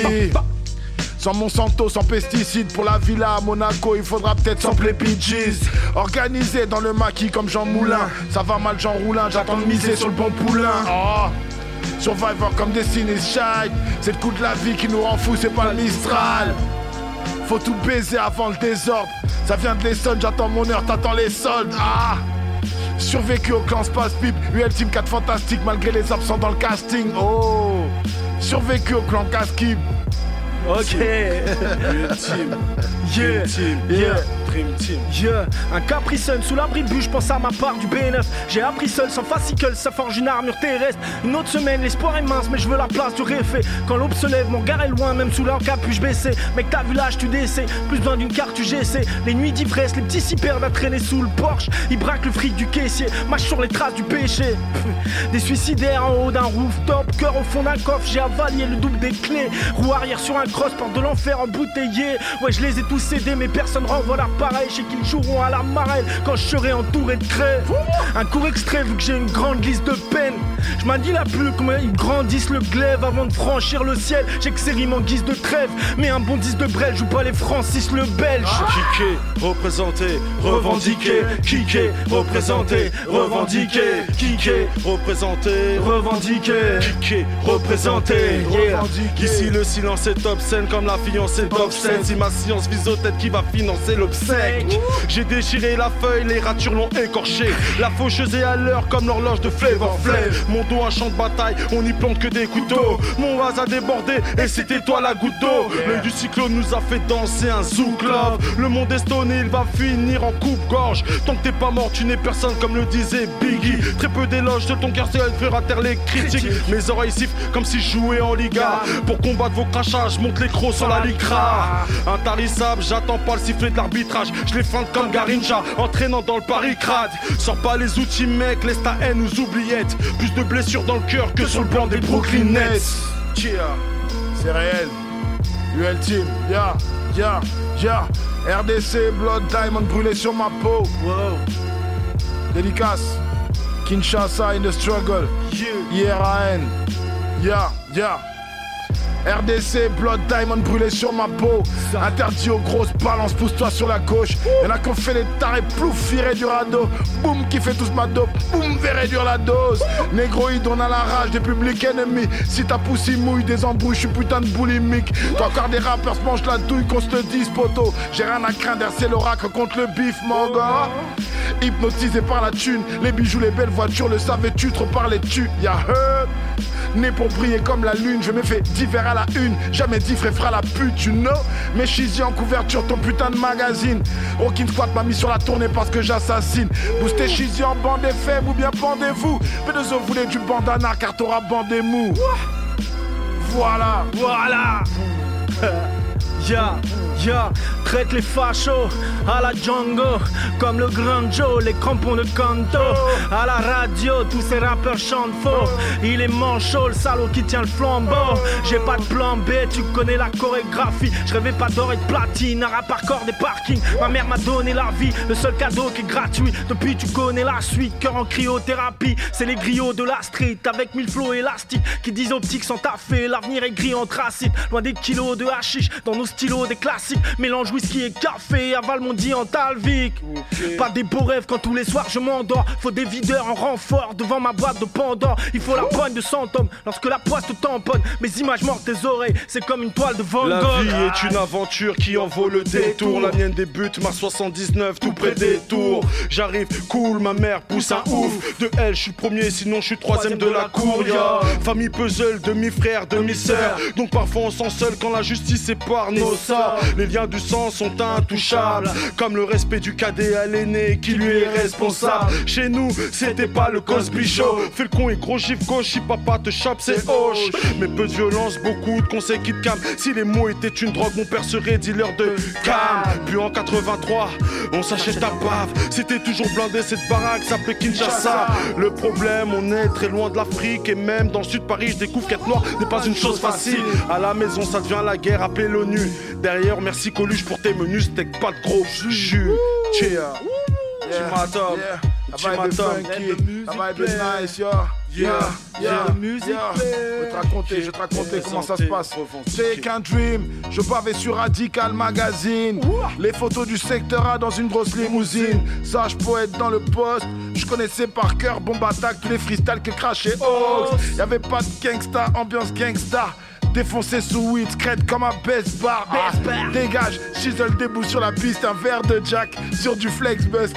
Sans Monsanto, sans pesticides. Pour la villa à Monaco, il faudra peut-être sampler P Gs. Organisé dans le maquis comme Jean Moulin. Ça va mal Jean Roulin, j'attends de miser sur le bon poulain. Oh. Survivor comme Destiny's Child. C'est le coup de la vie qui nous rend fous, c'est pas le Mistral. Faut tout baiser avant le désordre. Ça vient de l'Essonne, j'attends mon heure, t'attends les soldes. Ah. Survécu au clan Space Pipe, U L Team quatre fantastique malgré les absents dans le casting. Oh, survécu au clan Caskib. Ok. U L Team, yeah, team, yeah. Dream Team. Yeah, un Capri Sun sous l'abri de but, je pense à ma part du B neuf. J'ai appris seul, sans fascicule, ça forge une armure terrestre. Une autre semaine, l'espoir est mince, mais je veux la place du réfait. Quand l'aube se lève, mon regard est loin, même sous leur capuche baissée. Mec, t'as vu l'âge, tu décès, plus besoin d'une carte U G C. Les nuits d'ivresse, les petits cypers à traîner sous le Porsche. Ils braquent le fric du caissier, mâche sur les traces du péché. Des suicidaires en haut d'un rooftop, cœur au fond d'un coffre, j'ai avalé le double des clés. Roue arrière sur un cross, porte de l'enfer embouteillé. Ouais, je les ai tous cédés, mais personne renvoie l'appareil. Je sais qu'ils joueront à la marelle quand je serai entouré de craies. Un court extrait vu que j'ai une grande liste de peine. Je m'en dis la plus comment ils grandissent le glaive avant de franchir le ciel. J'ai que ces rimes en guise de trêve, mais un bon disque de Brel joue pas les Francis le Belge. Kické, représenté, revendiqué. Kické, représenté, revendiqué. Kické, représenté, Revendiqué, Kické, représenté. yeah. Ici le silence est obscène comme la fiancée d'Obscène. Si ma science vise aux têtes qui va financer l'obsèque. J'ai déchiré la feuille, les ratures l'ont écorché. La faucheuse est à l'heure comme l'horloge de Flavor Flav. Mon dos un champ de bataille, on n'y plante que des couteaux. Mon vase a débordé et c'était toi la goutte d'eau. L'œil du cyclone nous a fait danser un zouk love. Le monde est stone et il va finir en coupe-gorge. Tant que t'es pas mort, tu n'es personne comme le disait Biggie. Très peu d'éloges de ton cœur, c'est faire à terre les critiques. Mes oreilles sifflent comme si je jouais en Liga. Pour combattre vos crachats, je monte les crocs sur la lycra. Intarissable, j'attends pas le sifflet de l'arbitrage. Je les feinte comme Garincha, entraînant dans le Paris-Crade. Sors pas les outils mec, laisse ta haine aux oubliettes. Plus de blessures dans le cœur que sur le banc des Brooklyn Nets. Yeah, c'est réel. U L Team, ya, ya, ya. R D C, Blood Diamond brûlé sur ma peau. Wow. Dédicace. Kinshasa in the struggle. I R A N. Ya, ya. R D C, Blood Diamond brûlé sur ma peau. Interdit aux grosses balances, pousse-toi sur la gauche. Y'en a qu'on fait les tarés, plouf, viré du radeau. Boum, qui fait tous ma dope, boum, fait réduire la dose. Négroïde, on a la rage des publics ennemis. Si ta poussée mouille des embrouilles, je suis putain de boulimique. T'as encore des rappeurs se mangent la douille qu'on se le dise, poto. J'ai rien à craindre, c'est l'oracle contre le bif, mon gars. Hypnotisé par la thune, les bijoux, les belles voitures, le savais-tu, trop parlais-tu, y'a heard. Né pour briller comme la lune, je me fais divers à la une. Jamais dit frère fera la pute, you know. Mais Chizy en couverture, ton putain de magazine. Aucune squat m'a mis sur la tournée parce que j'assassine. Boostez Chizy en bande F M ou bien pendez-vous. P deux O voulez du bandana car t'auras bandé mou. Voilà, Voilà. Ya, ya, traite les fachos à la Django, comme le grand Joe, les crampons de Kanto. À la radio, tous ces rappeurs chantent faux. Il est manchot, le salaud qui tient le flambeau. J'ai pas de plan B, tu connais la chorégraphie. Je rêvais pas d'or et de platine, un rap hardcore des parkings. Ma mère m'a donné la vie, le seul cadeau qui est gratuit. Depuis tu connais la suite, cœur en cryothérapie. C'est les griots de la street, avec mille flots élastiques qui disent optiques sans taffer. L'avenir est gris anthracite, loin des kilos de hashish dans nos stylos des classiques. Mélange whisky et café, avale mon dit en Talvik. Okay. Pas des beaux rêves quand tous les soirs je m'endors. Faut des videurs en renfort devant ma boîte de Pandore. Il faut la poigne de cent hommes lorsque la poisse te tamponne. Mes images mortes tes oreilles, c'est comme une toile de Van Gogh. La vie est une aventure qui en vaut le détour. La mienne débute, ma soixante-dix-neuf, tout près des tours. J'arrive cool, ma mère pousse un ouf. De elle, je suis premier, sinon je suis troisième de la cour. Yeah. Famille puzzle, demi-frère, demi-sœur. Donc parfois on sent seul quand la justice sépare nos sorts. Les liens du sang sont intouchables, comme le respect du cadet à l'aîné qui lui est responsable. Chez nous, c'était pas le Cosby Show. Fais le con et gros gif gauche, si papa te chope, c'est hoche. Mais peu de violence, beaucoup de conseils qui te calment. Si les mots étaient une drogue, mon père serait dealer de cam. Puis en quatre-vingt-trois, on s'achète à bave. C'était toujours blindé, cette baraque s'appelait Kinshasa. Le problème, on est très loin de l'Afrique. Et même dans le sud de Paris, je découvre qu'être noir n'est pas une chose facile. À la maison, ça devient la guerre, appelez l'ONU. Derrière, merci Coluche pour tes menus, steak pas de gros jus. Cheer. Ultimatum. Ultimatum. Ça va être nice, yo. Yeah, yeah, yeah. Je vais te raconter, je vais te raconter comment ça se passe. C'est qu'un dream, je bavais sur Radical Magazine. Les photos du secteur A dans une grosse limousine. Sage poète dans le poste, je connaissais par cœur Bomb Attack, tous les freestyles que crachait Ox. Y'avait pas de gangsta, ambiance gangsta. Défoncé sous weed, scred comme un best bar. Ah, dégage, Chisel déboule sur la piste, un verre de Jack sur du Flex Busta.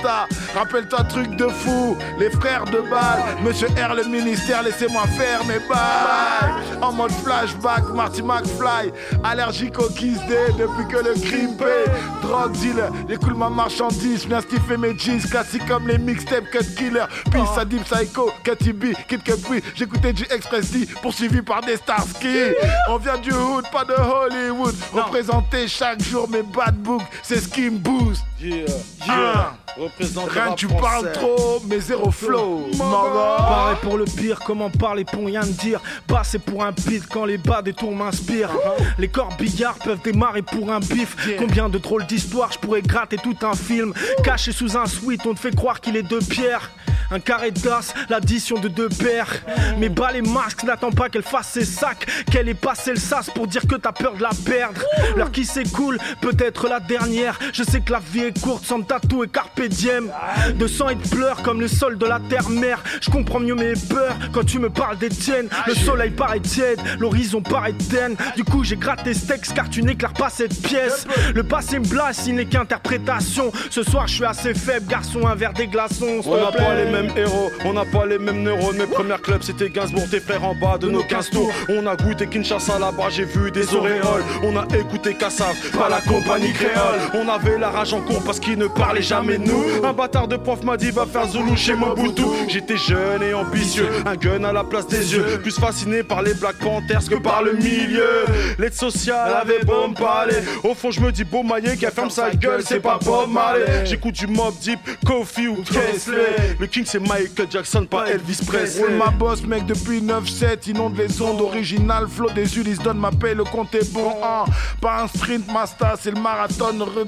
Rappelle-toi, truc de fou, les frères de balle. Monsieur R, le ministère, laissez-moi faire mes bails. En mode flashback, Marty McFly. Allergique au Kiss Day depuis que le crime paie. Drug dealer, j'écoule ma marchandise. Viens stiffer mes jeans, classiques comme les mixtapes Cut Killer. Peace, oh. Deep Psycho, Katy B, Kid Capri. J'écoutais du Express D, poursuivi par des Starsky. On vient du hood, pas de Hollywood. Non. Représenter chaque jour mes bad books, c'est ce qui me booste. Yeah, yeah. Rien, tu parles trop, mais zéro flow. Pareil pour le pire, comment parler pour rien dire. Bah c'est pour un beat quand les bas des tours m'inspirent. Uh-huh. Les corbillards peuvent démarrer pour un bif. Yeah. Combien de drôles d'histoires, je pourrais gratter tout un film. Caché sous un sweat, on te fait croire qu'il est de pierre. Un carré d'as, l'addition de deux paires. Mais bas les masques, n'attends pas qu'elle fasse ses sacs. Qu'elle ait passé le sas pour dire que t'as peur de la perdre. L'heure qui s'écoule, peut-être la dernière. Je sais que la vie est courte, sans tatou et carpe diem. De sang et de pleurs comme le sol de la terre-mère. Je comprends mieux mes peurs quand tu me parles des tiennes. Le soleil paraît tiède, l'horizon paraît terne. Du coup j'ai gratté ce texte car tu n'éclaires pas cette pièce. Le passé me blasse, il n'est qu'interprétation. Ce soir je suis assez faible, garçon, un verre des glaçons. On n'a pas les mêmes héros, on n'a pas les mêmes neurones. Mes premières clubs c'était Gainsbourg, tes frères en bas de nos quinze tours. On a goûté Kinshasa là-bas, j'ai vu des auréoles. On a écouté Kassav, pas la compagnie créole. On avait la rage en cours parce qu'ils ne parlaient jamais de nous. Un bâtard de prof m'a dit va faire Zulu chez Mobutu. J'étais jeune et ambitieux, un gun à la place des yeux. Plus fasciné par les Black Panthers que par le milieu. L'aide sociale avait beau me parler. Au fond je me dis beau maillet qui ferme sa gueule, c'est pas Bob Marley. J'écoute du Mobb Deep, Kofi ou Kesley. Le King c'est Michael Jackson, pas Elvis Presley. Roule ma bosse mec depuis neuf sept, inonde les ondes originales. Flow des Ulysses, donne ma paix, le compte est bon hein. Pas un sprint master, c'est le marathon.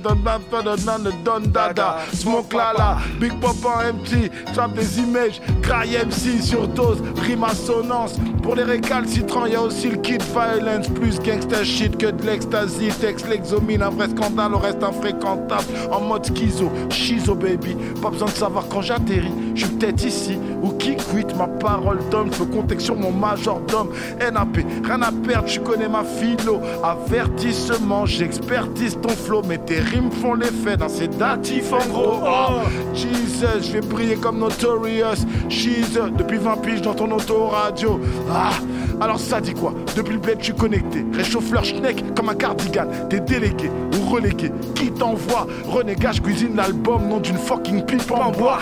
Redonne dada, smoke lala, Big Pop en M T. Trappe des images, cry M C sur dose, rime assonance. Pour les récalcitrants, y'a aussi le kid violence. Plus gangsta shit que de l'ecstasy. Texte l'exomine, un vrai scandale, au reste infréquentable. En mode schizo, schizo baby. Pas besoin de savoir quand j'atterris. Je suis peut-être ici ou qui quitte ma parole d'homme. Je veux contexte sur mon majordome. N A P, rien à perdre, tu connais ma philo. Avertissement, j'expertise ton flow. Mais tes rimes font l'effet d'un sédatif en gros. Oh, Jesus, je vais briller comme Notorious. She's depuis vingt piges dans ton autoradio. Ah, alors ça dit quoi? Depuis le bled, je suis connecté. Réchauffe leur schneck comme un cardigan. T'es délégué ou relégué. Qui t'envoie? Renégat, je cuisine l'album, nom d'une fucking pipe en bois.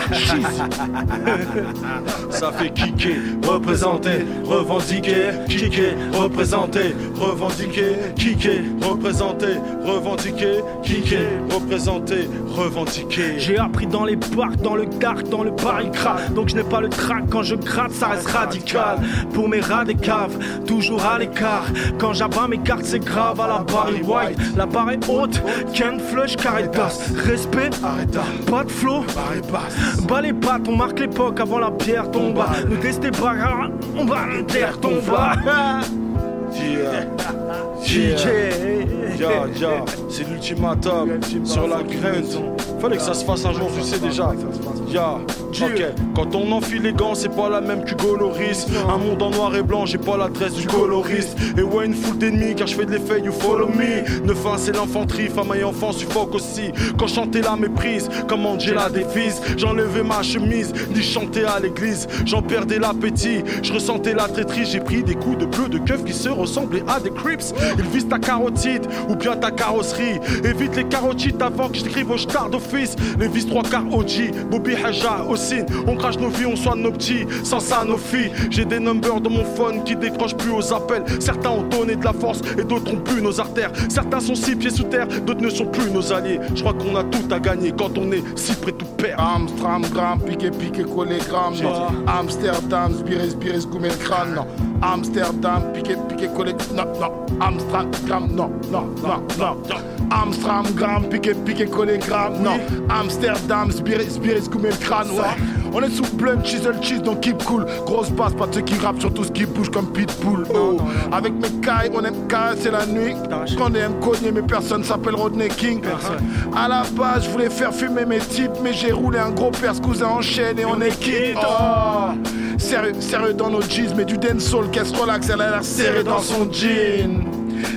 Ça fait kicker, représenter, revendiquer, kicker, représenter, revendiquer, kicker, représenter, revendiquer, kicker, représenter, revendiquer. J'ai appris dans les parcs, dans le dark, dans le Paris crack. Donc je n'ai pas le trac, quand je gratte ça reste radical. Pour mes rats des caves, toujours à l'écart. Quand j'abats mes cartes c'est grave à la Barry White. La barre est haute, Ken Flush, Caritas. Respect, pas de flow, bas les pattes, on marque l'époque avant la pierre tombe. Nous tester pas, on va nous terre tombe. Yeah, yeah, yeah, yeah. C'est l'ultimatum sur la graine. Fallait que ça se fasse un jour, tu sais déjà. Yeah. Ok, quand on enfile les gants, c'est pas la même qu'Hugo Loris. Un monde en noir et blanc, j'ai pas l'adresse du coloriste. Et ouais, une foule d'ennemis, car je fais de l'effet, you follow me. Neuf un, c'est l'infanterie, femme et enfant suffoque aussi. Quand chanter la méprise, comme Angela Davis. J'enlevais ma chemise, ni chanter à l'église. J'en perdais l'appétit, je ressentais la traîtrise. J'ai pris des coups de bleu de keuf qui se ressemblaient à des Crips. Ils visent ta carotide, ou bien ta carrosserie. Évite les carotides avant que je t'écrive au star d'office. Les vis trois quarts O G, Bobby Haja, Ossine. On crache nos vies, on soigne nos petits, sans ça nos filles. J'ai des numbers dans mon phone qui décrochent plus aux appels. Certains ont donné de la force et d'autres ont bu nos artères. Certains sont six pieds sous terre, d'autres ne sont plus nos alliés. Je crois qu'on a tout à gagner quand on est si près tout perdre. Amstram, gram, piqué, piqué, collé, gram, non. Amsterdam, sbiré, sbiré, sgoumé, crâne, non. Amsterdam, piqué, piqué, collé, non, non. Amstram, gram, non, non, non, non. Amstram, gram, piqué, piqué, collé, gram, non. Amsterdam, sbiré, sbiré, sgoumé, crâne, ouais. On est sous blunt, chisel, cheese, donc keep cool. Grosse passe, pas de ceux qui rappent sur tout ce qui bouge comme Pitbull. Oh. Avec mes cailles, on aime casser la nuit. Quand on aime cogner, mais personne s'appelle Rodney King. Personne. À la base, je voulais faire fumer mes types, mais j'ai roulé un gros perce cousin en chaîne et on est quitte. Oh. Sérieux, sérieux dans nos jeans, mais du dancehall, caisse relax, elle a l'air serrée dans son jean.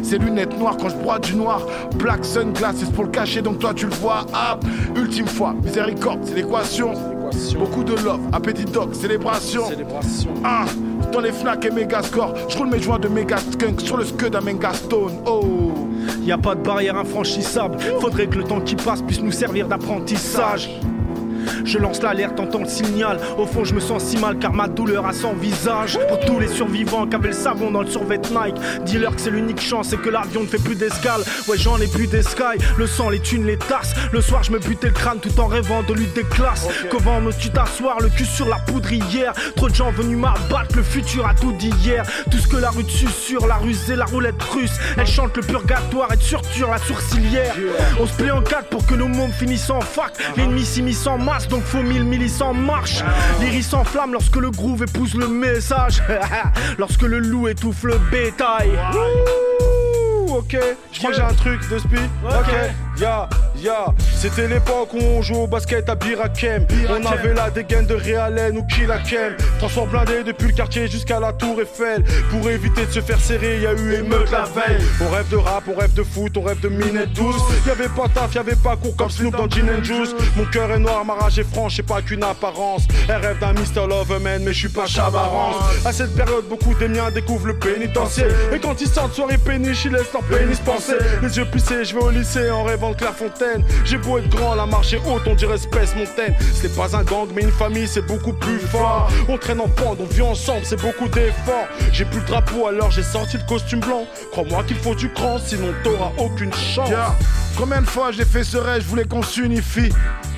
Ses lunettes noires quand je broie du noir. Black sunglasses, c'est pour le cacher, donc toi tu le vois. Ah, ultime fois, miséricorde, c'est l'équation. Beaucoup de love, appétit dog, célébration. Célébration. Ah, dans les Fnac et Megascore, je roule mes joints de méga skunk sur le scud d'un Megastone. Oh. Y a pas de barrière infranchissable. Faudrait que le temps qui passe puisse nous servir d'apprentissage. Je lance l'alerte, entends le signal. Au fond, je me sens si mal car ma douleur a son visage. Pour tous les survivants qui avaient le savon dans le survêt Nike, dis-leur que c'est l'unique chance et que l'avion ne fait plus d'escale. Ouais, j'en ai plus des sky, le sang, les thunes, les tasses. Le soir, je me butais le crâne tout en rêvant de lutte des classes. Okay. Comment me tu t'asseoir, le cul sur la poudrière. Trop de gens venus m'abattre, le futur a tout d'hier. Tout ce que la rue te susurre, la rusée, la roulette russe. Elle chante le purgatoire et te surture la sourcilière. On se plie en quatre pour que nos mômes finissent en fac. L'ennemi s'immisce en masse, donc faut mille milices en marche. L'iris s'enflamme lorsque le groove épouse le message. Lorsque le loup étouffe le bétail. Ouh, ok, je crois que j'ai un truc de spi. Ok, ya, ya. C'était l'époque où on jouait au basket à Birakem. On avait la dégaine de Réalen ou Kilakem. Transport blindé depuis le quartier jusqu'à la tour Eiffel. Pour éviter de se faire serrer, y'a eu émeute la veille. On rêve de rap, on rêve de foot, on rêve de minette douce. Y'avait pas taf, y'avait pas cours comme Snoop dans Gin and Juice. Mon cœur est noir, ma rage est franche, c'est pas qu'une apparence. Elle rêve d'un mister Loverman, mais je suis pas Chabarance. À cette période, beaucoup des miens découvrent le pénitencier. Et quand ils sortent soirée péniche, ils laissent leur pénis penser. Les yeux plissés, je vais au lycée en rêvant de Clairefontaine. J'ai beau être grand, la marche est haute, on dirait Space Mountain. C'est pas un gang, mais une famille, c'est beaucoup plus fort. On traîne en bande, on vit ensemble, c'est beaucoup d'efforts. J'ai plus le drapeau, alors j'ai sorti le costume blanc. Crois-moi qu'il faut du cran, sinon t'auras aucune chance. Yeah. Combien de fois j'ai fait ce rêve, je voulais qu'on s'unifie.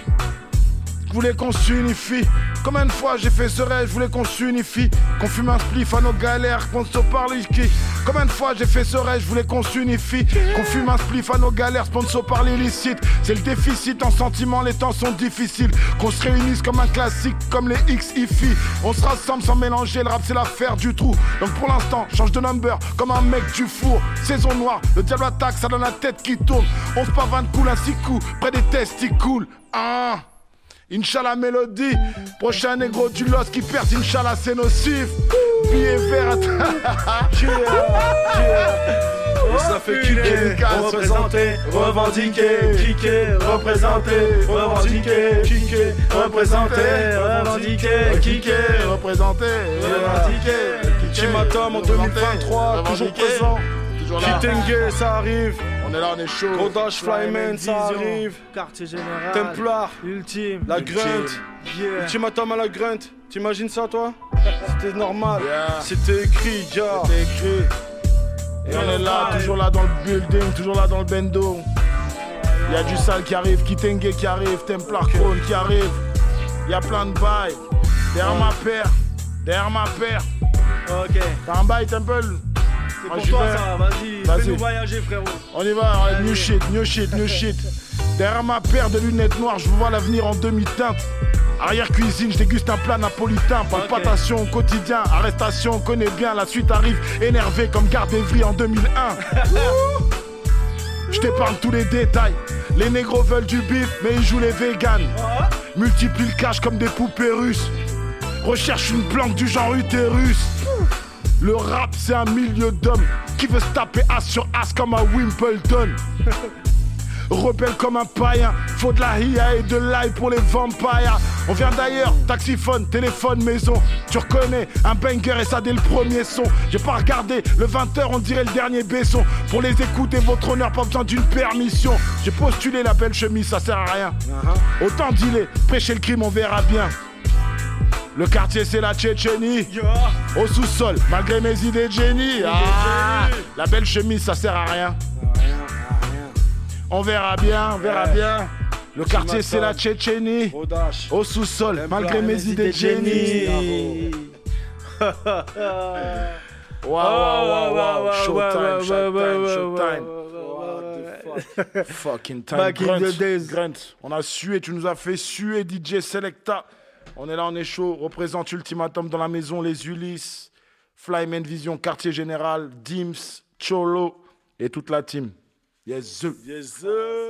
Je voulais qu'on s'unifie. Combien de fois j'ai fait ce rêve, je voulais qu'on s'unifie. Qu'on fume un spliff à nos galères, qu'on se parle whisky. Combien de fois j'ai fait ce rêve, je voulais qu'on s'unifie. Qu'on fume un spliff à nos galères, sponsor par l'illicite. C'est le déficit en sentiments, les temps sont difficiles. Qu'on se réunisse comme un classique, comme les X-I-F-I. On se rassemble sans mélanger, le rap c'est l'affaire du trou. Donc pour l'instant, change de number, comme un mec du four. Saison noire, le diable attaque, ça donne la tête qui tourne. On se pavane cool, un six coups, près des testicules. Ah. Inch'Allah mélodie, prochain négro du los qui perce, Inch'Allah c'est nocif. Billet vert. Yeah, yeah. Ça fait kicker, représenter, revendiquer, kicker, représenter, revendiquer, kicker, représenter, revendiquer, kicker, représenter, revendiquer. Ultimatum en deux mille vingt-trois, toujours présent. Kitenge, ça arrive. On est là, on est chaud. Godash, Flyman, ça arrive. Quartier général. Templar, Ultime. la grunt. Yeah. Ultimatum à la grunt. T'imagines ça, toi? C'était normal. Yeah. C'était écrit, gars. Yeah. C'était écrit. Et yeah, on est là, ouais. Toujours là dans le building, toujours là dans le bendo. Il y a du sale qui arrive, Kitenge qui arrive, Templar Krone qui arrive. Il y a plein de bails. Derrière ouais. ma paire, derrière ma paire. Ok. T'as un bail, Temple? C'est pour toi ça, vas-y, vas fais-nous voyager frérot. On y va, allez. New shit, new shit, new shit. Derrière ma paire de lunettes noires, je vois l'avenir en demi-teinte. Arrière cuisine, je déguste un plat napolitain. Palpatation au quotidien, arrestation, on connaît bien. La suite arrive, énervé comme Garde Evry en deux mille un. Je t'épargne tous les détails. Les négros veulent du bif, mais ils jouent les véganes. Multiplient le cash comme des poupées russes. Recherche une planque du genre utérus. Le rap c'est un milieu d'hommes qui veut se taper as sur as comme à Wimbledon. Rebelle comme un païen, faut de la hia et de l'ail pour les vampires. On vient d'ailleurs, taxiphone, téléphone, maison. Tu reconnais un banger et ça dès le premier son. J'ai pas regardé, le vingt heures on dirait le dernier baisson. Pour les écouter, votre honneur, pas besoin d'une permission. J'ai postulé la belle chemise, ça sert à rien. uh-huh. Autant dealer, prêcher le crime, on verra bien. Le quartier c'est la Tchétchénie. Yeah. Au sous-sol, malgré mes idées de génie. Ah, la belle chemise ça sert à rien. À rien, à rien. On verra bien, on verra yeah. bien. Le tu quartier c'est la Tchétchénie. Au sous-sol, malgré mes, mes idées de génie. Waouh, waouh, waouh, showtime, showtime, showtime. What the fuck? Fucking time. Back Grunt, in the days. Grunt. On a sué, tu nous as fait suer D J Selecta. On est là, on est chaud. Représente Ultimatum dans la maison, les Ulysses, Flyman Vision, Quartier Général, Dims, Cholo et toute la team. Yes, sir. Yes, sir.